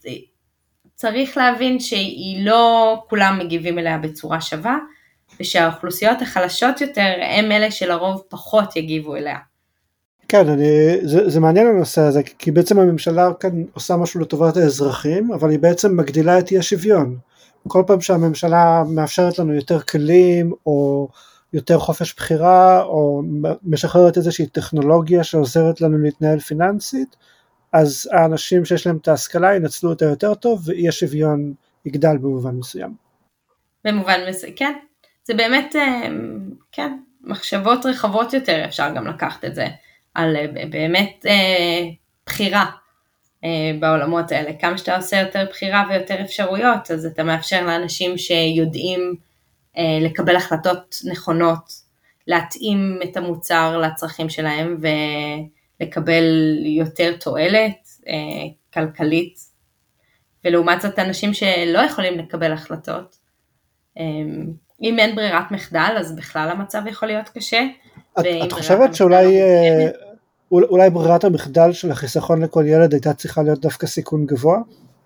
שצריך להבין שהיא לא כולם מגיבים אליה בצורה שווה, ושהאוכלוסיות החלשות יותר הם אלה שלרוב פחות יגיבו אליה. כן, אני, זה, זה מעניין הנושא הזה, כי בעצם הממשלה כאן עושה משהו לטובת האזרחים, אבל היא בעצם מגדילה את אי השוויון. כל פעם שהממשלה מאפשרת לנו יותר כלים, או יותר חופש בחירה, או משחררת איזושהי טכנולוגיה שעוזרת לנו להתנהל פיננסית, אז האנשים שיש להם את ההשכלה ינצלו אותה יותר טוב, ואי השוויון יגדל במובן מסוים. במובן מסוים, כן. זה באמת, כן, מחשבות רחבות יותר, אפשר גם לקחת את זה, על באמת בחירה בעולמות האלה. כמה שאתה עושה יותר בחירה ויותר אפשרויות, אז אתה מאפשר לאנשים שיודעים לקבל החלטות נכונות, להתאים את המוצר לצרכים שלהם, ולקבל יותר תועלת כלכלית, ולעומת זאת אנשים שלא יכולים לקבל החלטות, אם אין ברירת מחדל, אז בכלל המצב יכול להיות קשה. את, את חושבת שאולי אולי ברירת המחדל של החיסכון לכל ילד הייתה צריכה להיות דווקא סיכון גבוה?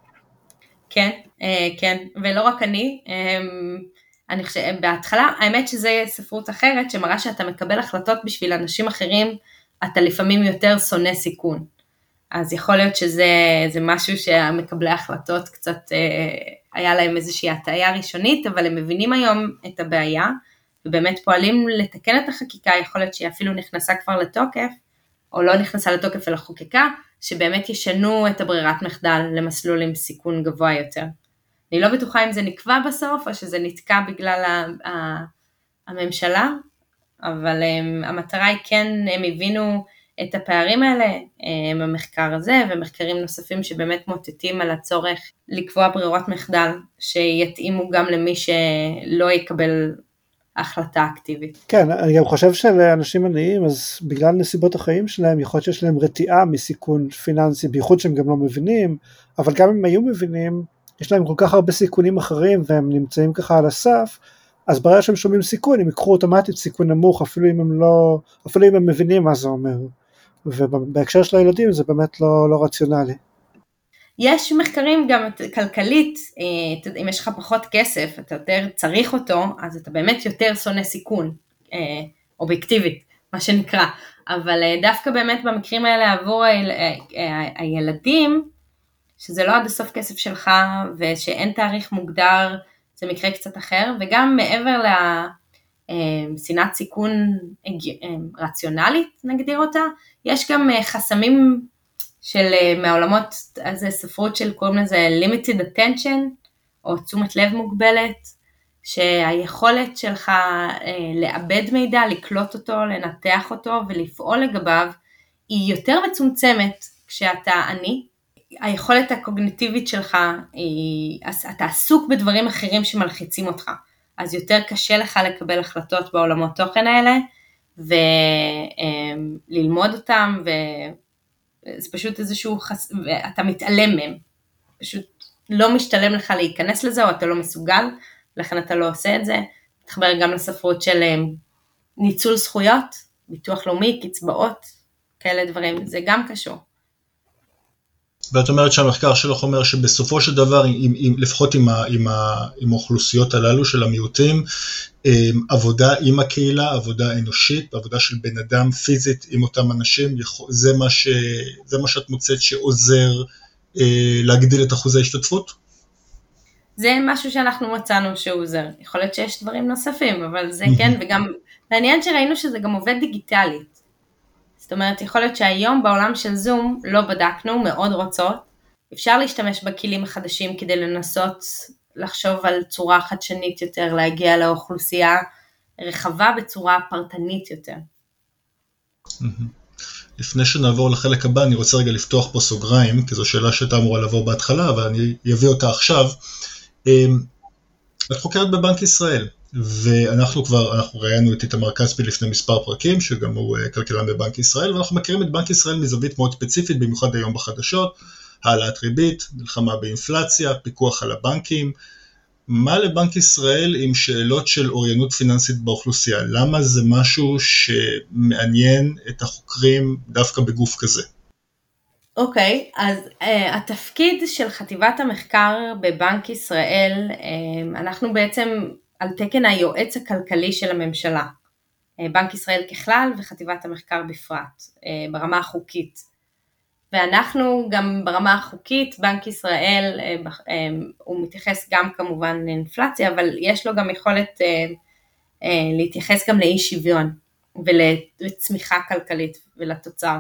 כן, כן, ולא רק אני, אני חושבת, בהתחלה, האמת שזה ספרות אחרת, שמראה שאתה מקבל החלטות בשביל אנשים אחרים, אתה לפעמים יותר שונא סיכון. אז יכול להיות שזה זה משהו שהמקבלי ההחלטות קצת היה להם איזושהי הטעיה ראשונית, אבל הם מבינים היום את הבעיה, ובאמת פועלים לתקן את החקיקה, יכול להיות שהיא אפילו נכנסה כבר לתוקף, או לא נכנסה לתוקף אלא חוקקה, שבאמת ישנו את הברירת מחדל למסלול עם סיכון גבוה יותר. אני לא בטוחה אם זה נקבע בסוף, או שזה נתקע בגלל הממשלה, אבל המטרה היא כן, הם הבינו את הפערים האלה, המחקר הזה, ומחקרים נוספים שבאמת מוטטים על הצורך לקבוע ברירות מחדל, שיתאימו גם למי שלא יקבל החלטה אקטיבית. כן, אני גם חושב שלאנשים עניים, אז בגלל נסיבות החיים שלהם, יכול להיות שיש להם רתיעה מסיכון פיננסי, בייחוד שהם גם לא מבינים, אבל גם אם היו מבינים, יש להם כל כך הרבה סיכונים אחרים, והם נמצאים ככה על הסף, אז ברגע שהם שומעים סיכון, הם יקחו אוטומטית סיכון נמוך, אפילו אם הם לא, אפילו אם הם מבינים מה זה אומר. ובהקשר של הילדים זה באמת לא, לא רציונלי. יש מחקרים גם כלכלית, אם יש לך פחות כסף, אתה יותר צריך אותו, אז אתה באמת יותר שונא סיכון, אובייקטיבית, מה שנקרא. אבל דווקא באמת במקרים האלה עבור הילדים, שזה לא עד הסוף כסף שלך, ושאין תאריך מוגדר, זה מקרה קצת אחר, וגם מעבר לשנאת סיכון רציונלית, נגדיר אותה, יש גם חסמים של מהעולמות, אז זה ספרות של קוראים לזה limited attention, או תשומת לב מוגבלת, שהיכולת שלך לאבד מידע, לקלוט אותו, לנתח אותו ולפעול לגביו, היא יותר מצומצמת כשאתה עני, היכולת הקוגניטיבית שלך, היא, אתה עסוק בדברים אחרים שמלחיצים אותך, אז יותר קשה לך לקבל החלטות בעולמות תוכן האלה, וללמוד אותם, וזה פשוט איזשהו, חס... ואתה מתעלם מהם, פשוט לא משתלם לך להיכנס לזה, או אתה לא מסוגל, לכן אתה לא עושה את זה, תחבר גם לספרות של ניצול זכויות, ביטוח לאומי, קצבאות, כאלה דברים, זה גם קשור. ואת אומרת שהמחקר שלך אומר שבסופו של דבר, עם, עם, לפחות עם, ה, עם, ה, עם האוכלוסיות הללו של המיעוטים, עבודה עם הקהילה, עבודה אנושית, עבודה של בן אדם פיזית עם אותם אנשים, זה מה, ש, זה מה שאת מוצאת שעוזר להגדיל את אחוז ההשתתפות? זה משהו שאנחנו מצאנו שהוא עוזר. יכול להיות שיש דברים נוספים, אבל זה כן, וגם מעניין שראינו שזה גם עובד דיגיטלית. זאת אומרת, יכול להיות שהיום בעולם של זום לא בדקנו, מאוד רוצות. אפשר להשתמש בכלים החדשים כדי לנסות לחשוב על צורה חדשנית יותר, להגיע לאוכלוסייה רחבה בצורה פרטנית יותר. לפני שנעבור לחלק הבא, אני רוצה רגע לפתוח פה סוגריים, כי זו שאלה שהייתה אמורה לבוא בהתחלה, אבל אני אביא אותה עכשיו. את חוקרת בבנק ישראל, ואנחנו כבר, אנחנו ראינו את איתמר כספי לפני מספר פרקים, שגם הוא כלכלן בבנק ישראל, ואנחנו מכירים את בנק ישראל מזווית מאוד ספציפית, במיוחד היום בחדשות, העלאת ריבית, מלחמה באינפלציה, פיקוח על הבנקים. מה לבנק ישראל עם שאלות של אוריינות פיננסית באוכלוסייה? למה זה משהו שמעניין את החוקרים דווקא בגוף כזה? אוקיי, okay, אז uh, התפקיד של חטיבת המחקר בבנק ישראל, uh, אנחנו בעצם על תקן היועץ הכלכלי של הממשלה. Uh, בנק ישראל ככלל וחטיבת המחקר בפרט, uh, ברמה החוקית. ואנחנו גם ברמה החוקית, בנק ישראל, הוא מתייחס גם כמובן לאינפלציה, אבל יש לו גם יכולת להתייחס גם לאי שוויון, ולצמיחה כלכלית ולתוצר.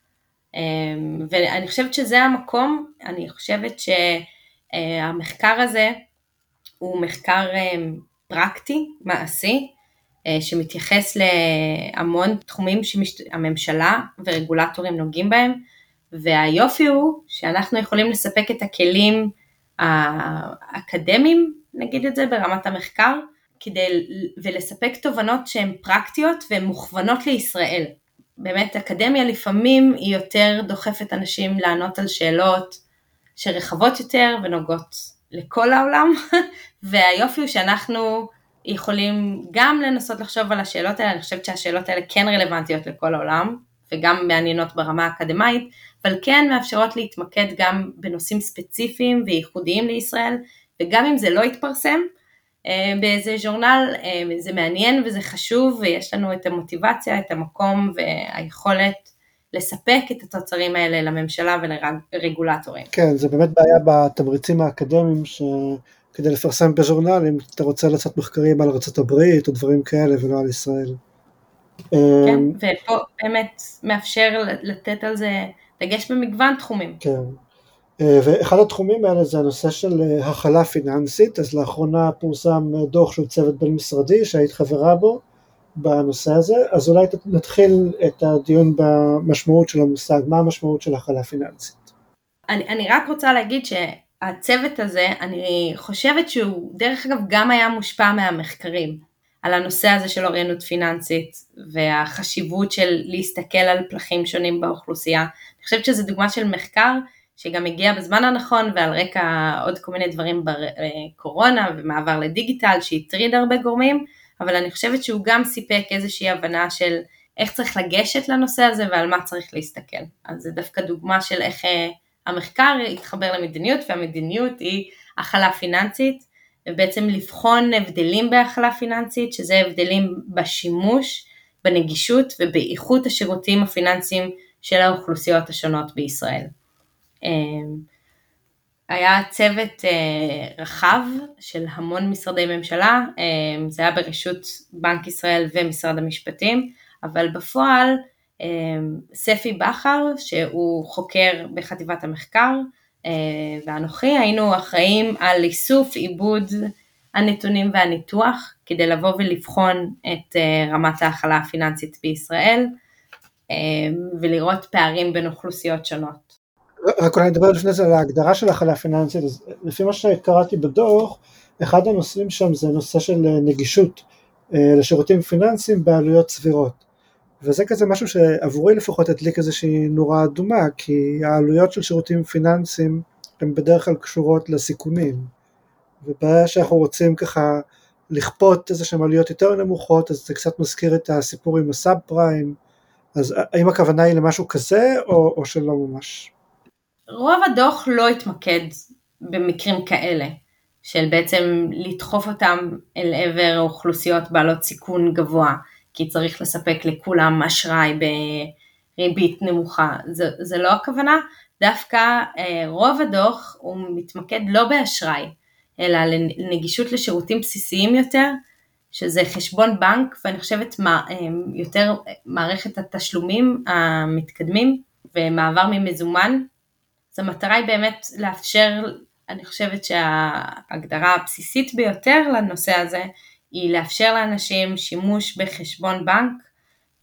ואני חושבת שזה המקום, אני חושבת שהמחקר הזה הוא מחקר פרקטי, מעשי, שמתייחס להמון תחומים שהממשלה ורגולטורים נוגעים בהם, והיופי הוא שאנחנו יכולים לספק את הכלים האקדמיים, נגיד את זה ברמת המחקר, כדי ולספק תובנות שהן פרקטיות והן מוכוונות לישראל. באמת אקדמיה לפעמים היא יותר דוחפת אנשים לענות על שאלות שרחבות יותר ונוגעות לכל העולם, והיופי הוא שאנחנו יכולים גם לנסות לחשוב על השאלות האלה, אני חושבת שהשאלות האלה כן רלוונטיות לכל העולם, וגם מעניינות ברמה האקדמית, אבל כן מאפשרות להתמקד גם בנושאים ספציפיים וייחודיים לישראל, וגם אם זה לא יתפרסם באיזה ז'ורנל, זה מעניין וזה חשוב, ויש לנו את המוטיבציה, את המקום והיכולת לספק את התוצרים האלה לממשלה ולרגולטורים. כן, זה באמת בעיה בתמריצים האקדמיים, שכדי לפרסם בז'ורנל, אם אתה רוצה לעשות מחקרים על ארצות הברית או דברים כאלה ולא על ישראל. כן, ופה באמת מאפשר לתת על זה דגש במגוון תחומים. כן, ואחד התחומים האלה זה הנושא של הכלה פיננסית, אז לאחרונה פורסם דוח של צוות בין משרדי שהיית חברה בו בנושא הזה, אז אולי נתחיל את הדיון במשמעות של המושג, מה המשמעות של הכלה פיננסית? אני, אני רק רוצה להגיד שהצוות הזה, אני חושבת שהוא דרך אגב גם היה מושפע מהמחקרים, על הנושא הזה של אוריינות פיננסית, והחשיבות של להסתכל על פלחים שונים באוכלוסייה. אני חושבת שזו דוגמה של מחקר, שגם הגיע בזמן הנכון, ועל רקע עוד כל מיני דברים בקורונה, ומעבר לדיגיטל, שהטריד הרבה גורמים, אבל אני חושבת שהוא גם סיפק איזושהי הבנה של איך צריך לגשת לנושא הזה, ועל מה צריך להסתכל. אז זה דווקא דוגמה של איך המחקר יתחבר למדיניות, והמדיניות היא הכלה פיננסית, ובעצם לבחון הבדלים בהכלה פיננסית, שזה הבדלים בשימוש, בנגישות ובאיכות השירותים הפיננסיים של האוכלוסיות השונות בישראל. היה צוות רחב של המון משרדי ממשלה, זה היה ברשות בנק ישראל ומשרד המשפטים, אבל בפועל ספי בחר, שהוא חוקר בחטיבת המחקר, ואנוכי היינו אחראים על איסוף, עיבוד הנתונים והניתוח, כדי לבוא ולבחון את רמת ההכלה הפיננסית בישראל, ולראות פערים בין אוכלוסיות שונות. רק אולי נדבר לפני זה על ההגדרה של ההכלה הפיננסית, אז לפי מה שקראתי בדוח, אחד הנושאים שם זה נושא של נגישות לשירותים פיננסיים בעלויות סבירות. וזה כזה משהו שעבורי לפחות הדליק איזושהי נורה אדומה, כי העלויות של שירותים פיננסיים הן בדרך כלל קשורות לסיכונים, ובעיה שאנחנו רוצים ככה לכפות איזה שהן עלויות יותר נמוכות, אז זה קצת מזכיר את הסיפור עם הסאב פריים, אז האם הכוונה היא למשהו כזה או, או שלא ממש? רוב הדוח לא התמקד במקרים כאלה, של בעצם לדחוף אותם אל עבר אוכלוסיות בעלות סיכון גבוה, כי צריך לספק לכולם אשראי בריבית נמוכה, זה, זה לא הכוונה, דווקא רוב הדוח הוא מתמקד לא באשראי, אלא לנגישות לשירותים בסיסיים יותר, שזה חשבון בנק, ואני חושבת מה, יותר מערכת התשלומים המתקדמים, ומעבר ממזומן, אז המטרה היא באמת לאפשר, אני חושבת שההגדרה הבסיסית ביותר לנושא הזה, היא לאפשר לאנשים שימוש בחשבון בנק,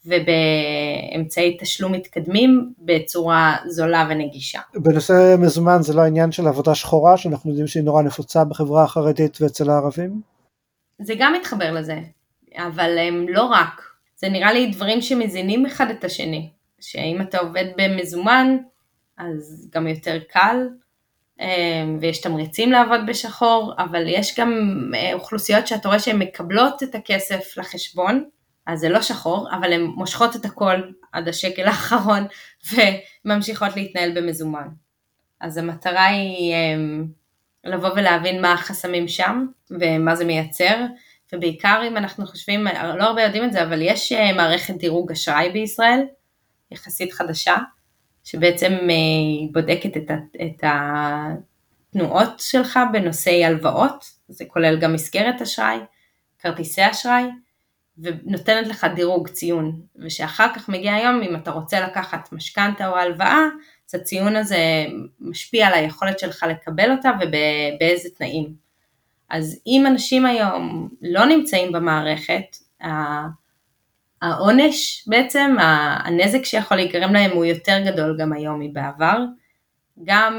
ובאמצעי תשלום מתקדמים בצורה זולה ונגישה. בנושא מזומן זה לא העניין של עבודה שחורה, שאנחנו יודעים שהיא נורא נפוצה בחברה החרדית ואצל הערבים? זה גם מתחבר לזה, אבל הם לא רק. זה נראה לי דברים שמזינים אחד את השני, שאם אתה עובד במזומן, אז גם יותר קל, ויש תמריצים לעבוד בשחור, אבל יש גם אוכלוסיות שאתה רואה שהן מקבלות את הכסף לחשבון, אז זה לא שחור, אבל הן מושכות את הכל עד השקל האחרון, וממשיכות להתנהל במזומן. אז המטרה היא לבוא ולהבין מה החסמים שם, ומה זה מייצר, ובעיקר אם אנחנו חושבים, לא הרבה יודעים את זה, אבל יש מערכת דירוג אשראי בישראל, יחסית חדשה, שבעצם היא בודקת את, את התנועות שלך בנושאי הלוואות, זה כולל גם מסגרת אשראי, כרטיסי אשראי, ונותנת לך דירוג ציון, ושאחר כך מגיע היום, אם אתה רוצה לקחת משכנתה או הלוואה, אז הציון הזה משפיע על היכולת שלך לקבל אותה, ובאיזה תנאים. אז אם אנשים היום לא נמצאים במערכת, העונש בעצם, הנזק שיכול להיגרם להם הוא יותר גדול גם היום מבעבר, גם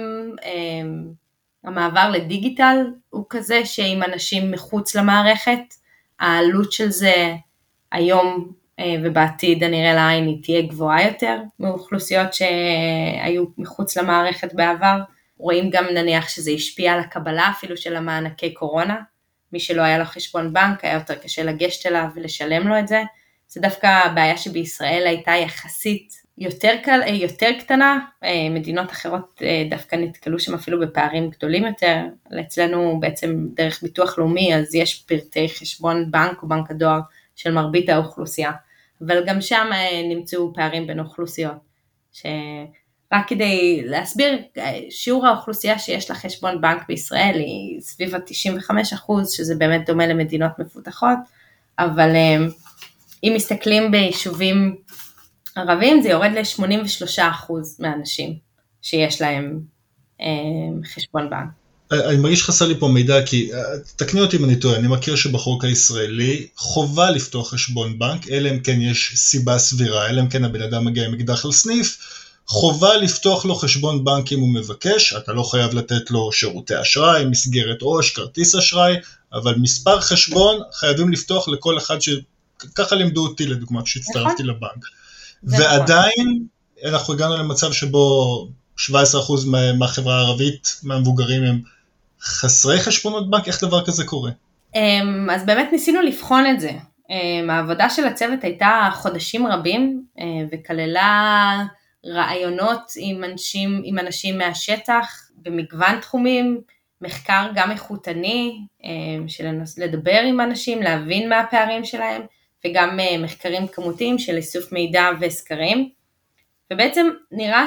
המעבר לדיגיטל הוא כזה שאם אנשים מחוץ למערכת, העלות של זה היום ובעתיד הנראה לעין היא תהיה גבוהה יותר, מאוכלוסיות שהיו מחוץ למערכת בעבר, רואים גם נניח שזה השפיע על הקבלה אפילו של המענקי קורונה, מי שלא היה לו חשבון בנק היה יותר קשה לגשת אליו ולשלם לו את זה, זה דווקא הבעיה שבישראל הייתה יחסית יותר, קל, יותר קטנה, מדינות אחרות דווקא נתקלו שם אפילו בפערים גדולים יותר, אצלנו בעצם דרך ביטוח לאומי, אז יש פרטי חשבון בנק או בנק הדואר של מרבית האוכלוסייה, אבל גם שם נמצאו פערים בין אוכלוסיות, שרק כדי להסביר, שיעור האוכלוסייה שיש לה חשבון בנק בישראל היא סביב ה-תשעים וחמישה אחוז, שזה באמת דומה למדינות מפותחות, אבל אם מסתכלים ביישובים ערבים, זה יורד ל-שמונים ושלושה אחוז מהאנשים שיש להם חשבון בנק. אני מרגיש חסר לי פה מידע, כי תקני אותי אם אני טועה, אני מכיר שבחוק הישראלי חובה לפתוח חשבון בנק, אלא אם כן יש סיבה סבירה, אלא אם כן הבן אדם מגיע עם אקדח לסניף, חובה לפתוח לו חשבון בנק אם הוא מבקש, אתה לא חייב לתת לו שירותי אשראי, מסגרת עו"ש, כרטיס אשראי, אבל מספר חשבון חייבים לפתוח לכל אחד ש... ככה לימדו אותי לדוגמה כשהצטרפתי לבנק. ועדיין אנחנו הגענו למצב שבו שבעה עשר אחוז מהחברה הערבית, מהמבוגרים הם חסרי חשבונות בנק, איך דבר כזה קורה? אז באמת ניסינו לבחון את זה. העבודה של הצוות הייתה חודשים רבים, וכללה רעיונות עם אנשים, עם אנשים מהשטח, במגוון תחומים, מחקר גם איכותני, של לדבר עם אנשים, להבין מה הפערים שלהם, וגם מחקרים כמותיים של איסוף מידע וסקרים, ובעצם נראה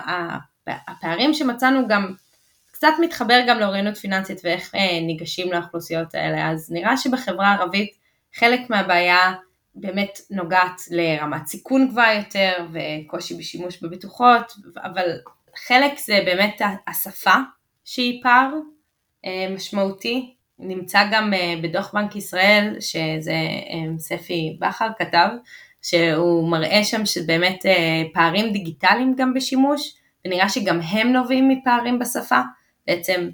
שהפערים שמצאנו גם קצת מתחבר גם לאוריינות פיננסית ואיך ניגשים לאוכלוסיות האלה, אז נראה שבחברה הערבית חלק מהבעיה באמת נוגעת לרמת סיכון גבוהה יותר וקושי בשימוש בבטוחות, אבל חלק זה באמת השפה שהיא פער משמעותי, נמצא גם בדוח בנק ישראל, שזה ספי בחר כתב, שהוא מראה שם שבאמת פערים דיגיטליים גם בשימוש, ונראה שגם הם נובעים מפערים בשפה, בעצם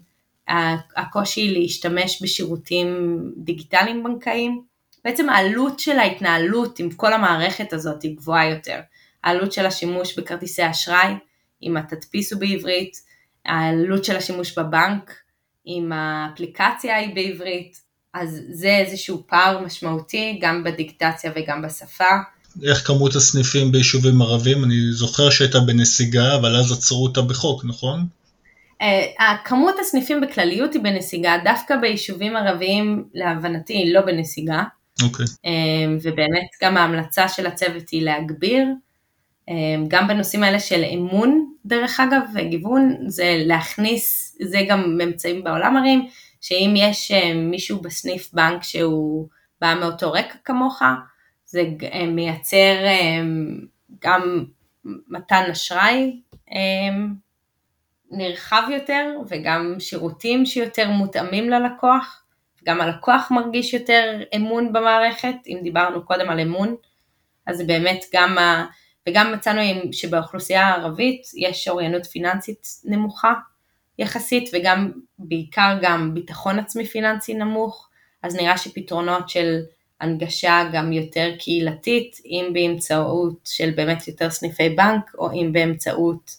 הקושי להשתמש בשירותים דיגיטליים בנקאיים, בעצם העלות של ההתנהלות עם כל המערכת הזאת היא גבוהה יותר, העלות של השימוש בכרטיסי אשראי, אם התדפיס הוא בעברית, העלות של השימוש בבנק, אם האפליקציה היא בעברית, אז זה איזשהו פער משמעותי, גם בדיגיטציה וגם בשפה. איך כמות הסניפים ביישובים ערבים? אני זוכר שהייתה בנסיגה, אבל אז עצרו אותה בחוק, נכון? כמות הסניפים בכלליות היא בנסיגה, דווקא ביישובים ערביים להבנתי היא לא בנסיגה, אוקיי. ובאמת גם ההמלצה של הצוות היא להגביר, גם בנושאים האלה של אמון, דרך אגב, וגיוון, זה להכניס, זה גם ממצאים בעולם מראים, שאם יש מישהו בסניף בנק שהוא בא מאותו רקע כמוך, זה מייצר גם מתן אשראי נרחב יותר, וגם שירותים שיותר מותאמים ללקוח, גם הלקוח מרגיש יותר אמון במערכת, אם דיברנו קודם על אמון, אז באמת גם, ה, וגם מצאנו שבאוכלוסייה הערבית יש אוריינות פיננסית נמוכה יחסית, וגם בעיקר גם ביטחון עצמי פיננסי נמוך, אז נראה שפתרונות של הנגשה גם יותר קהילתית, אם באמצעות של באמת יותר סניפי בנק, או אם באמצעות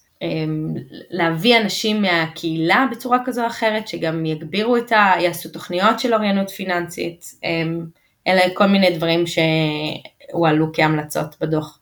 להביא אנשים מהקהילה בצורה כזו או אחרת, שגם יגבירו את ה... יעשו תוכניות של אוריינות פיננסית, אלה כל מיני דברים שהועלו כהמלצות בדוח.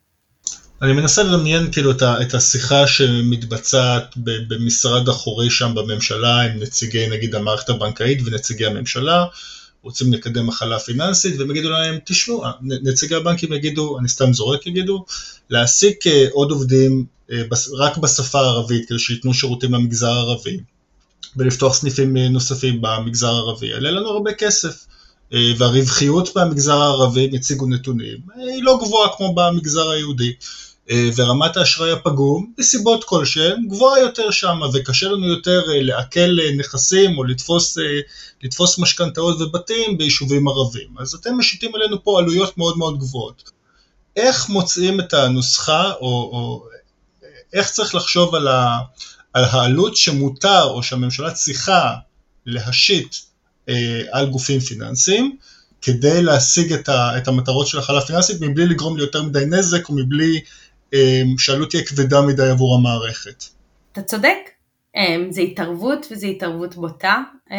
אני מנסה לדמיין כאילו את השיחה שמתבצעת במשרד אחורי שם בממשלה, עם נציגי נגיד המערכת הבנקאית ונציגי הממשלה, רוצים לקדם מחלה פיננסית, והם יגידו להם, תשמעו, נציגי הבנקים יגידו, אני סתם זורק יגידו, להעסיק עוד עובדים רק בשפה הערבית, כדי שיתנו שירותים למגזר הערבי, ולפתוח סניפים נוספים במגזר הערבי, יעלה לנו הרבה כסף, והרווחיות במגזר הערבי, מציגו נתונים, היא לא גבוהה כמו במגזר היהודי, ורמת האשראי הפגום, בסיבות כלשהן, גבוהה יותר שם, וקשה לנו יותר לעכל נכסים, או לתפוס, לתפוס משכנתאות ובתים ביישובים ערבים. אז אתם משיתים עלינו פה עלויות מאוד מאוד גבוהות. איך מוצאים את הנוסחה, או, או איך צריך לחשוב על, ה, על העלות שמותר, או שהממשלה צריכה להשית אה, על גופים פיננסיים, כדי להשיג את, ה, את המטרות של החלה פיננסית, מבלי לגרום לי יותר מדי נזק, או מבלי שעלות תהיה כבדה מדי עבור המערכת. אתה צודק, זה התערבות וזה התערבות בוטה,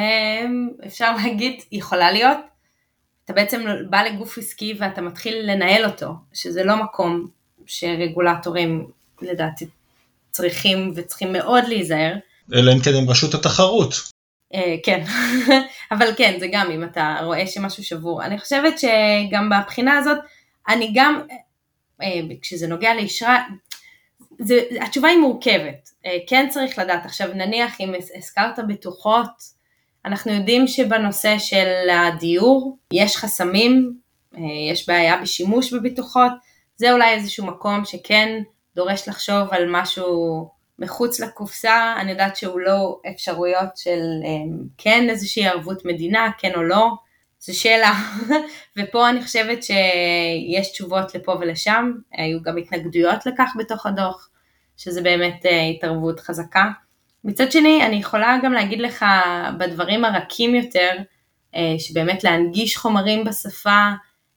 אפשר להגיד, יכולה להיות, אתה בעצם בא לגוף עסקי ואתה מתחיל לנהל אותו, שזה לא מקום שרגולטורים לדעתי צריכים וצריכים מאוד להיזהר. אלא אם כן הם רשות התחרות. כן, אבל כן, זה גם אם אתה רואה שמשהו שבור. אני חושבת שגם בבחינה הזאת, אני גם... כשזה נוגע לישרה, זה, התשובה היא מורכבת, כן צריך לדעת, עכשיו נניח אם הזכרת בטוחות, אנחנו יודעים שבנושא של הדיור, יש חסמים, יש בעיה בשימוש בבטוחות, זה אולי איזשהו מקום שכן דורש לחשוב על משהו מחוץ לקופסה, אני יודעת שהוא לא אפשרויות של כן איזושהי ערבות מדינה, כן או לא, זו שאלה, ופה אני חושבת שיש תשובות לפה ולשם, היו גם התנגדויות לכך בתוך הדוח, שזה באמת התערבות חזקה. מצד שני, אני יכולה גם להגיד לך בדברים הרכים יותר, שבאמת להנגיש חומרים בשפה,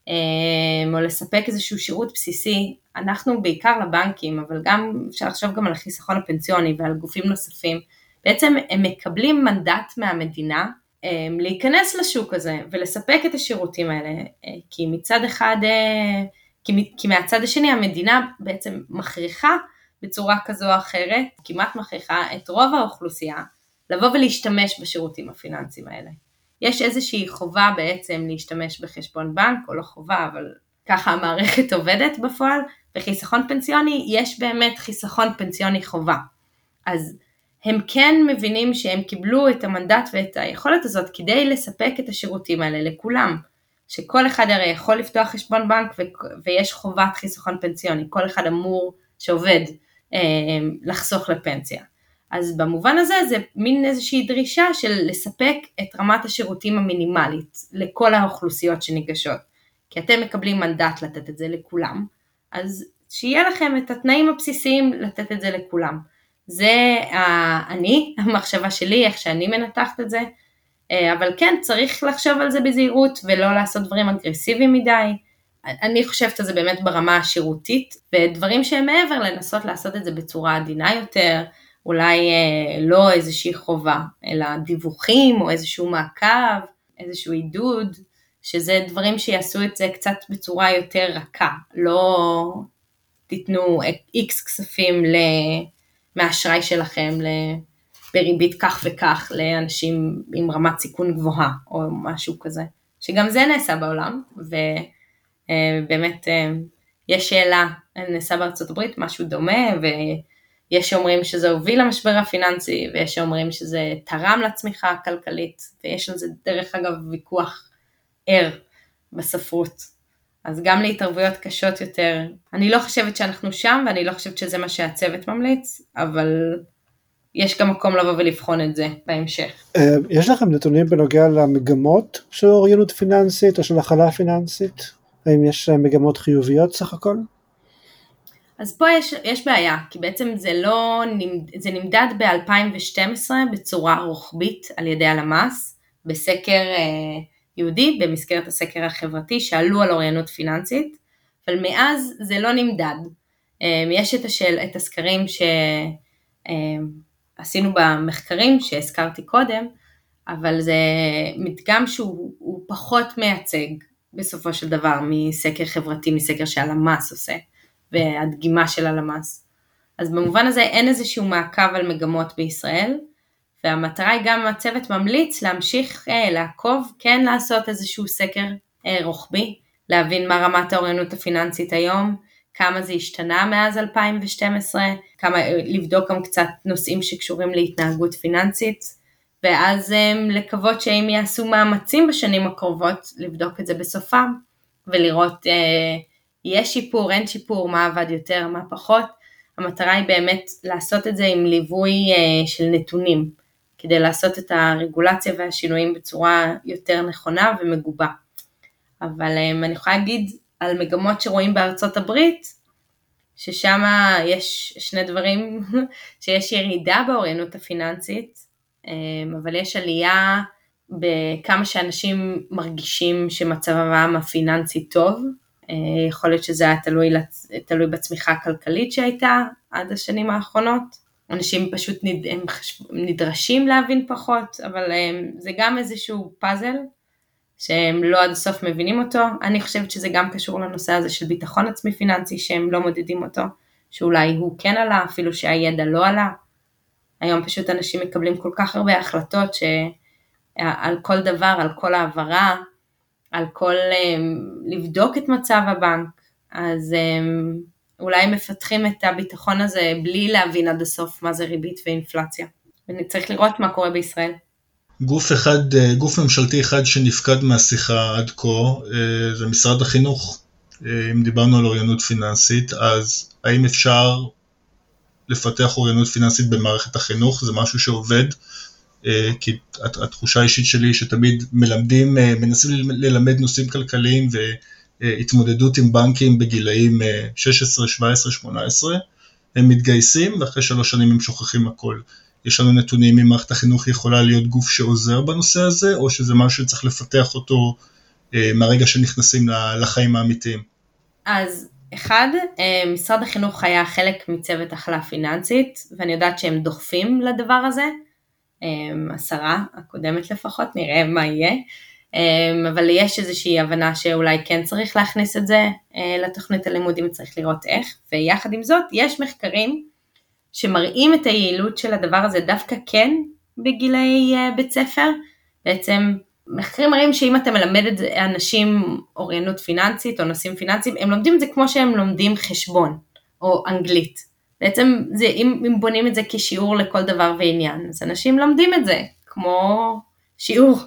או לספק איזשהו שירות בסיסי, אנחנו בעיקר לבנקים, אבל גם אפשר לחשוב גם על החיסכון הפנסיוני ועל גופים נוספים, בעצם הם מקבלים מנדט מהמדינה, להיכנס לשוק הזה ולספק את השירותים האלה, כי מצד אחד, כי, כי מהצד השני המדינה בעצם מכריחה בצורה כזו או אחרת, כמעט מכריחה את רוב האוכלוסייה לבוא ולהשתמש בשירותים הפיננסיים האלה. יש איזושהי חובה בעצם להשתמש בחשבון בנק, או לא חובה, אבל ככה המערכת עובדת בפועל, וחיסכון פנסיוני, יש באמת חיסכון פנסיוני חובה. אז הם כן מבינים שהם קיבלו את המנדט ואת היכולת הזאת כדי לספק את השירותים האלה לכולם, שכל אחד הרי יכול לפתוח חשבון בנק ו- ויש חובת חיסכון פנסיוני, כל אחד אמור שעובד אה, לחסוך לפנסיה. אז במובן הזה זה מין איזושהי דרישה של לספק את רמת השירותים המינימלית לכל האוכלוסיות שניגשות, כי אתם מקבלים מנדט לתת את זה לכולם, אז שיהיה לכם את התנאים הבסיסיים לתת את זה לכולם. זה אני, המחשבה שלי, איך שאני מנתחת את זה, אבל כן, צריך לחשוב על זה בזהירות, ולא לעשות דברים אגרסיביים מדי. אני חושבת על זה באמת ברמה השירותית, ודברים שהם מעבר לנסות לעשות את זה בצורה עדינה יותר, אולי לא איזושהי חובה, אלא דיווחים, או איזשהו מעקב, איזשהו עידוד, שזה דברים שיעשו את זה קצת בצורה יותר רכה, לא תיתנו איקס כספים ל... מהאשראי שלכם בריבית כך וכך לאנשים עם רמת סיכון גבוהה או משהו כזה, שגם זה נעשה בעולם, ובאמת יש שאלה, נעשה בארצות הברית משהו דומה, ויש שאומרים שזה הוביל למשבר הפיננסי, ויש שאומרים שזה תרם לצמיחה הכלכלית, ויש על זה דרך אגב ויכוח ער בספרות. אז גם להתערבויות קשות יותר, אני לא חושבת שאנחנו שם, ואני לא חושבת שזה מה שהצוות ממליץ, אבל יש גם מקום לבוא ולבחון את זה בהמשך. יש לכם נתונים בנוגע למגמות של אוריינות פיננסית, או של הכלה פיננסית? האם יש מגמות חיוביות סך הכל? אז פה יש, יש בעיה, כי בעצם זה לא, זה נמדד ב-אלפיים ושתים עשרה בצורה רוחבית על ידי הלמ"ס, בסקר אה, יהודי, במסגרת הסקר החברתי, שעלו על אוריינות פיננסית, אבל מאז זה לא נמדד. אה, יש את, השאל, את הסקרים שעשינו במחקרים שהזכרתי קודם, אבל זה מדגם שהוא פחות מייצג בסופו של דבר מסקר חברתי, מסקר שהלמ"ס עושה. והדגימה של הלמ"ס. אז במובן הזה אין איזשהו מעקב על מגמות בישראל, והמטרה היא גם הצוות ממליץ להמשיך אה, לעקוב, כן לעשות איזשהו סקר אה, רוחבי, להבין מה רמת האוריינות הפיננסית היום, כמה זה השתנה מאז אלפיים ושתים עשרה, כמה, לבדוק גם קצת נושאים שקשורים להתנהגות פיננסית, ואז אה, לקוות שהם יעשו מאמצים בשנים הקרובות, לבדוק את זה בסופם, ולראות אה, יש שיפור, אין שיפור, מה עבד יותר, מה פחות. המטרה היא באמת לעשות את זה עם ליווי של נתונים, כדי לעשות את הרגולציה והשינויים בצורה יותר נכונה ומגובה. אבל אני יכולה להגיד על מגמות שרואים בארצות הברית, ששם יש שני דברים, שיש ירידה באוריינות הפיננסית, אבל יש עלייה בכמה שאנשים מרגישים שמצבם הפיננסי טוב, יכול להיות שזה היה תלוי, תלוי בצמיחה הכלכלית שהייתה עד השנים האחרונות. אנשים פשוט נד, הם נדרשים להבין פחות, אבל זה גם איזשהו פאזל שהם לא עד הסוף מבינים אותו. אני חושבת שזה גם קשור לנושא הזה של ביטחון עצמי פיננסי, שהם לא מודדים אותו, שאולי הוא כן עלה, אפילו שהידע לא עלה. היום פשוט אנשים מקבלים כל כך הרבה החלטות שעל כל דבר, על כל העברה, על כל לבדוק את מצב הבנק, אז אולי מפתחים את הביטחון הזה בלי להבין עד הסוף מה זה ריבית ואינפלציה. וצריך לראות מה קורה בישראל. גוף אחד, גוף ממשלתי אחד שנפקד מהשיחה עד כה, זה משרד החינוך. אם דיברנו על אוריינות פיננסית, אז האם אפשר לפתח אוריינות פיננסית במערכת החינוך? זה משהו שעובד, כי התחושה האישית שלי שתמיד מלמדים, מנסים ללמד נושאים כלכליים והתמודדות עם בנקים בגילאים שש עשרה, שבע עשרה, שמונה עשרה, הם מתגייסים ואחרי שלוש שנים הם שוכחים הכל. יש לנו נתונים אם מערכת החינוך יכולה להיות גוף שעוזר בנושא הזה, או שזה משהו שצריך לפתח אותו מהרגע שנכנסים לחיים האמיתיים? אז אחד, משרד החינוך היה חלק מצוות הכלה פיננסית, ואני יודעת שהם דוחפים לדבר הזה, השרה הקודמת לפחות, נראה מה יהיה, אבל יש איזושהי הבנה שאולי כן צריך להכניס את זה לתוכנית הלימודים, צריך לראות איך, ויחד עם זאת יש מחקרים שמראים את היעילות של הדבר הזה דווקא כן בגילי בית ספר. בעצם מחקרים מראים שאם אתה מלמד את אנשים אוריינות פיננסית או נושאים פיננסיים, הם לומדים את זה כמו שהם לומדים חשבון או אנגלית. בעצם זה, אם, אם בונים את זה כשיעור לכל דבר ועניין, אז אנשים לומדים את זה כמו שיעור,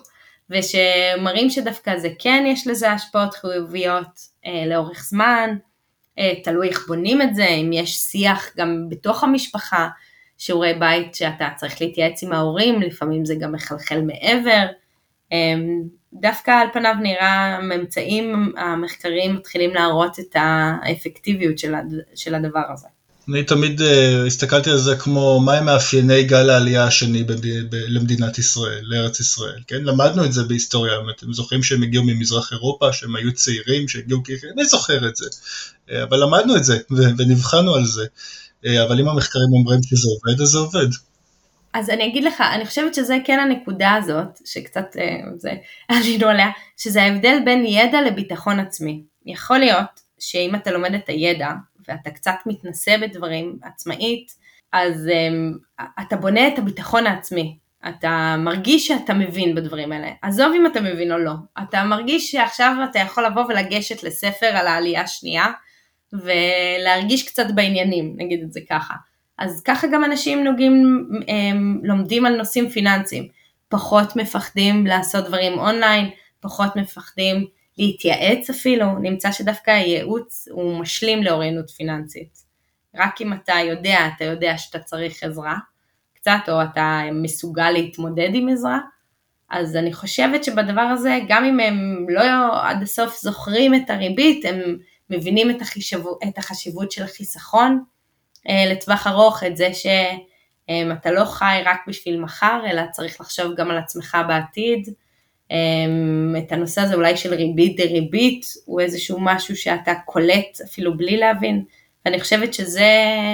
ושמראים שדווקא זה כן יש לזה השפעות חיוביות אה, לאורך זמן, אה, תלוי איך בונים את זה, אם יש שיח גם בתוך המשפחה, שיעורי בית שאתה צריך להתייעץ עם ההורים, לפעמים זה גם מחלחל מעבר, אה, דווקא על פניו נראה הממצאים המחקריים מתחילים להראות את האפקטיביות של, הד, של הדבר הזה. אני תמיד uh, הסתכלתי על זה כמו מה הם מאפייני גל העלייה השני ב- ב- למדינת ישראל, לארץ ישראל, כן? למדנו את זה בהיסטוריה, אתם זוכרים שהם הגיעו ממזרח אירופה, שהם היו צעירים, שהגיעו ככה, אני זוכר את זה, uh, אבל למדנו את זה ו- ונבחנו על זה, uh, אבל אם המחקרים אומרים שזה עובד, אז זה עובד. אז אני אגיד לך, אני חושבת שזה כן הנקודה הזאת, שקצת uh, זה עלינו עליה, שזה ההבדל בין ידע לביטחון עצמי. יכול להיות שאם אתה לומד את הידע, ואתה קצת מתנסה בדברים עצמאית, אז um, אתה בונה את הביטחון העצמי, אתה מרגיש שאתה מבין בדברים האלה, עזוב אם אתה מבין או לא, אתה מרגיש שעכשיו אתה יכול לבוא ולגשת לספר על העלייה השנייה, ולהרגיש קצת בעניינים, נגיד את זה ככה. אז ככה גם אנשים נוגעים, הם, לומדים על נושאים פיננסיים, פחות מפחדים לעשות דברים אונליין, פחות מפחדים להתייעץ אפילו, נמצא שדווקא הייעוץ הוא משלים לאוריינות פיננסית. רק אם אתה יודע, אתה יודע שאתה צריך עזרה, קצת, או אתה מסוגל להתמודד עם עזרה, אז אני חושבת שבדבר הזה, גם אם הם לא עד הסוף זוכרים את הריבית, הם מבינים את, החישב, את החשיבות של החיסכון לטווח ארוך, את זה שאתה לא חי רק בשביל מחר, אלא צריך לחשוב גם על עצמך בעתיד. את הנושא הזה אולי של ריבית דריבית, הוא איזשהו משהו שאתה קולט אפילו בלי להבין, ואני חושבת שזה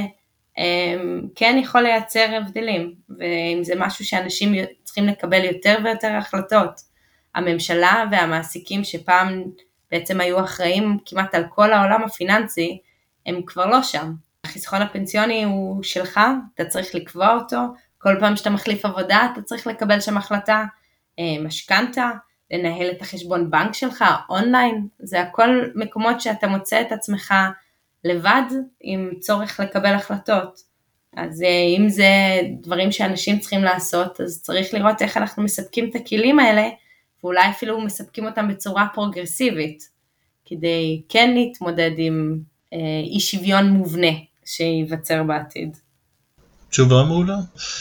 כן יכול לייצר הבדלים, ואם זה משהו שאנשים צריכים לקבל יותר ויותר החלטות, הממשלה והמעסיקים שפעם בעצם היו אחראים כמעט על כל העולם הפיננסי, הם כבר לא שם. החיסכון הפנסיוני הוא שלך, אתה צריך לקבוע אותו, כל פעם שאתה מחליף עבודה, אתה צריך לקבל שם החלטה, משכנתה, לנהל את החשבון בנק שלך, אונליין, זה הכל מקומות שאתה מוצא את עצמך לבד, עם צורך לקבל החלטות. אז אם זה דברים שאנשים צריכים לעשות, אז צריך לראות איך אנחנו מספקים את הכלים האלה, ואולי אפילו מספקים אותם בצורה פרוגרסיבית, כדי כן להתמודד עם אה, אי שוויון מובנה שיווצר בעתיד. תשובה מעולה.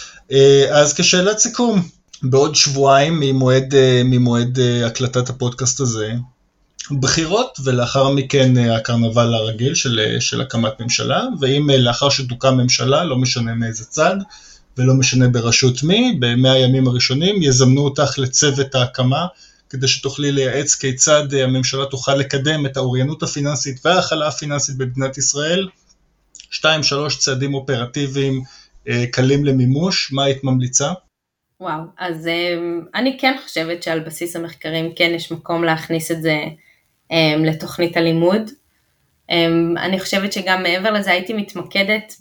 אז כשאלת סיכום, בעוד שבועיים ממועד, ממועד הקלטת הפודקאסט הזה, בחירות, ולאחר מכן הקרנבל הרגיל של, של הקמת ממשלה, ואם לאחר שתוקם ממשלה, לא משנה מאיזה צד, ולא משנה בראשות מי, במאה הימים הראשונים יזמנו אותך לצוות ההקמה, כדי שתוכלי לייעץ כיצד הממשלה תוכל לקדם את האוריינות הפיננסית וההכלה הפיננסית במדינת ישראל, שתיים, שלוש צעדים אופרטיביים קלים למימוש, מה היית ממליצה? וואו, אז אני כן חושבת שעל בסיס המחקרים כן יש מקום להכניס את זה לתוכנית הלימוד. אני חושבת שגם מעבר לזה הייתי מתמקדת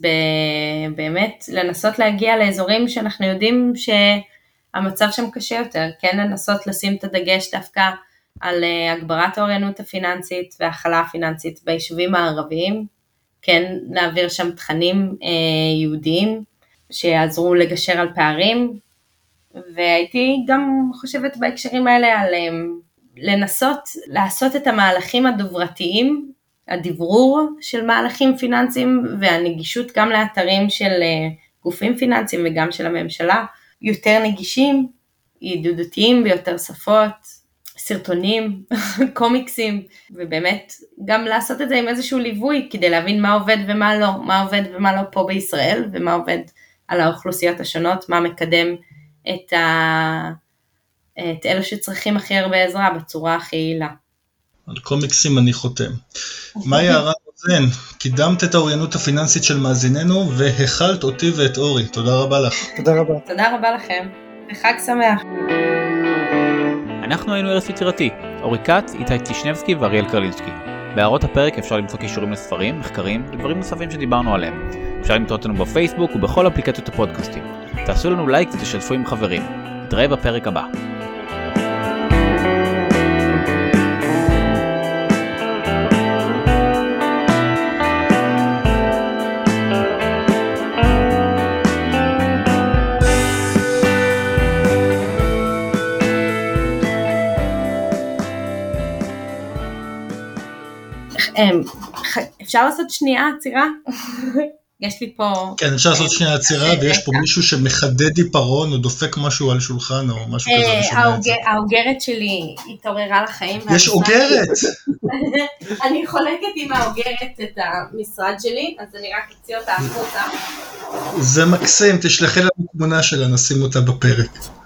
באמת לנסות להגיע לאזורים שאנחנו יודעים שהמצב שם קשה יותר, כן לנסות לשים את הדגש דווקא על הגברת האוריינות הפיננסית וההכלה הפיננסית ביישובים הערביים, כן להעביר שם תכנים יהודיים שיעזרו לגשר על פערים, והייתי גם חושבת בהקשרים האלה על לנסות לעשות את המהלכים הדוברתיים, הדברור של מהלכים פיננסיים והנגישות גם לאתרים של גופים פיננסיים וגם של הממשלה, יותר נגישים, ידידותיים ביותר שפות, סרטונים, קומיקסים, ובאמת גם לעשות את זה עם איזשהו ליווי כדי להבין מה עובד ומה לא, מה עובד ומה לא פה בישראל, ומה עובד על האוכלוסיות השונות, מה מקדם את, ה... את אלו שצריכים הכי הרבה עזרה בצורה הכי יעילה. על קומיקסים אני חותם. מאיה הרן רוזן, קידמת את האוריינות הפיננסית של מאזיננו והחלת אותי ואת אורי. תודה רבה לך. תודה רבה. תודה רבה לכם. וחג שמח. אנחנו היינו ארץ יצירתי, אורי קאט, איתי טישנבסקי ואריאל קרלינסקי. בהערות הפרק אפשר למצוא קישורים לספרים, מחקרים ודברים נוספים שדיברנו עליהם. אפשר למצוא אותנו בפייסבוק ובכל אפליקציות הפודקאסטים. תעשו לנו לייק ותשתפו עם חברים. נתראה בפרק הבא. אפשר לעשות שנייה עצירה? יש לי פה... כן, אפשר לעשות שנייה עצירה, ויש פה מישהו שמחדד עיפרון, או דופק משהו על שולחן, או משהו כזה. האוגרת שלי התעוררה לחיים. יש אוגרת! אני חולקת עם האוגרת את המשרד שלי, אז אני רק אציע אותה החוצה. זה מקסים, תשלחי לנו תמונה שלה, נשים אותה בפרק.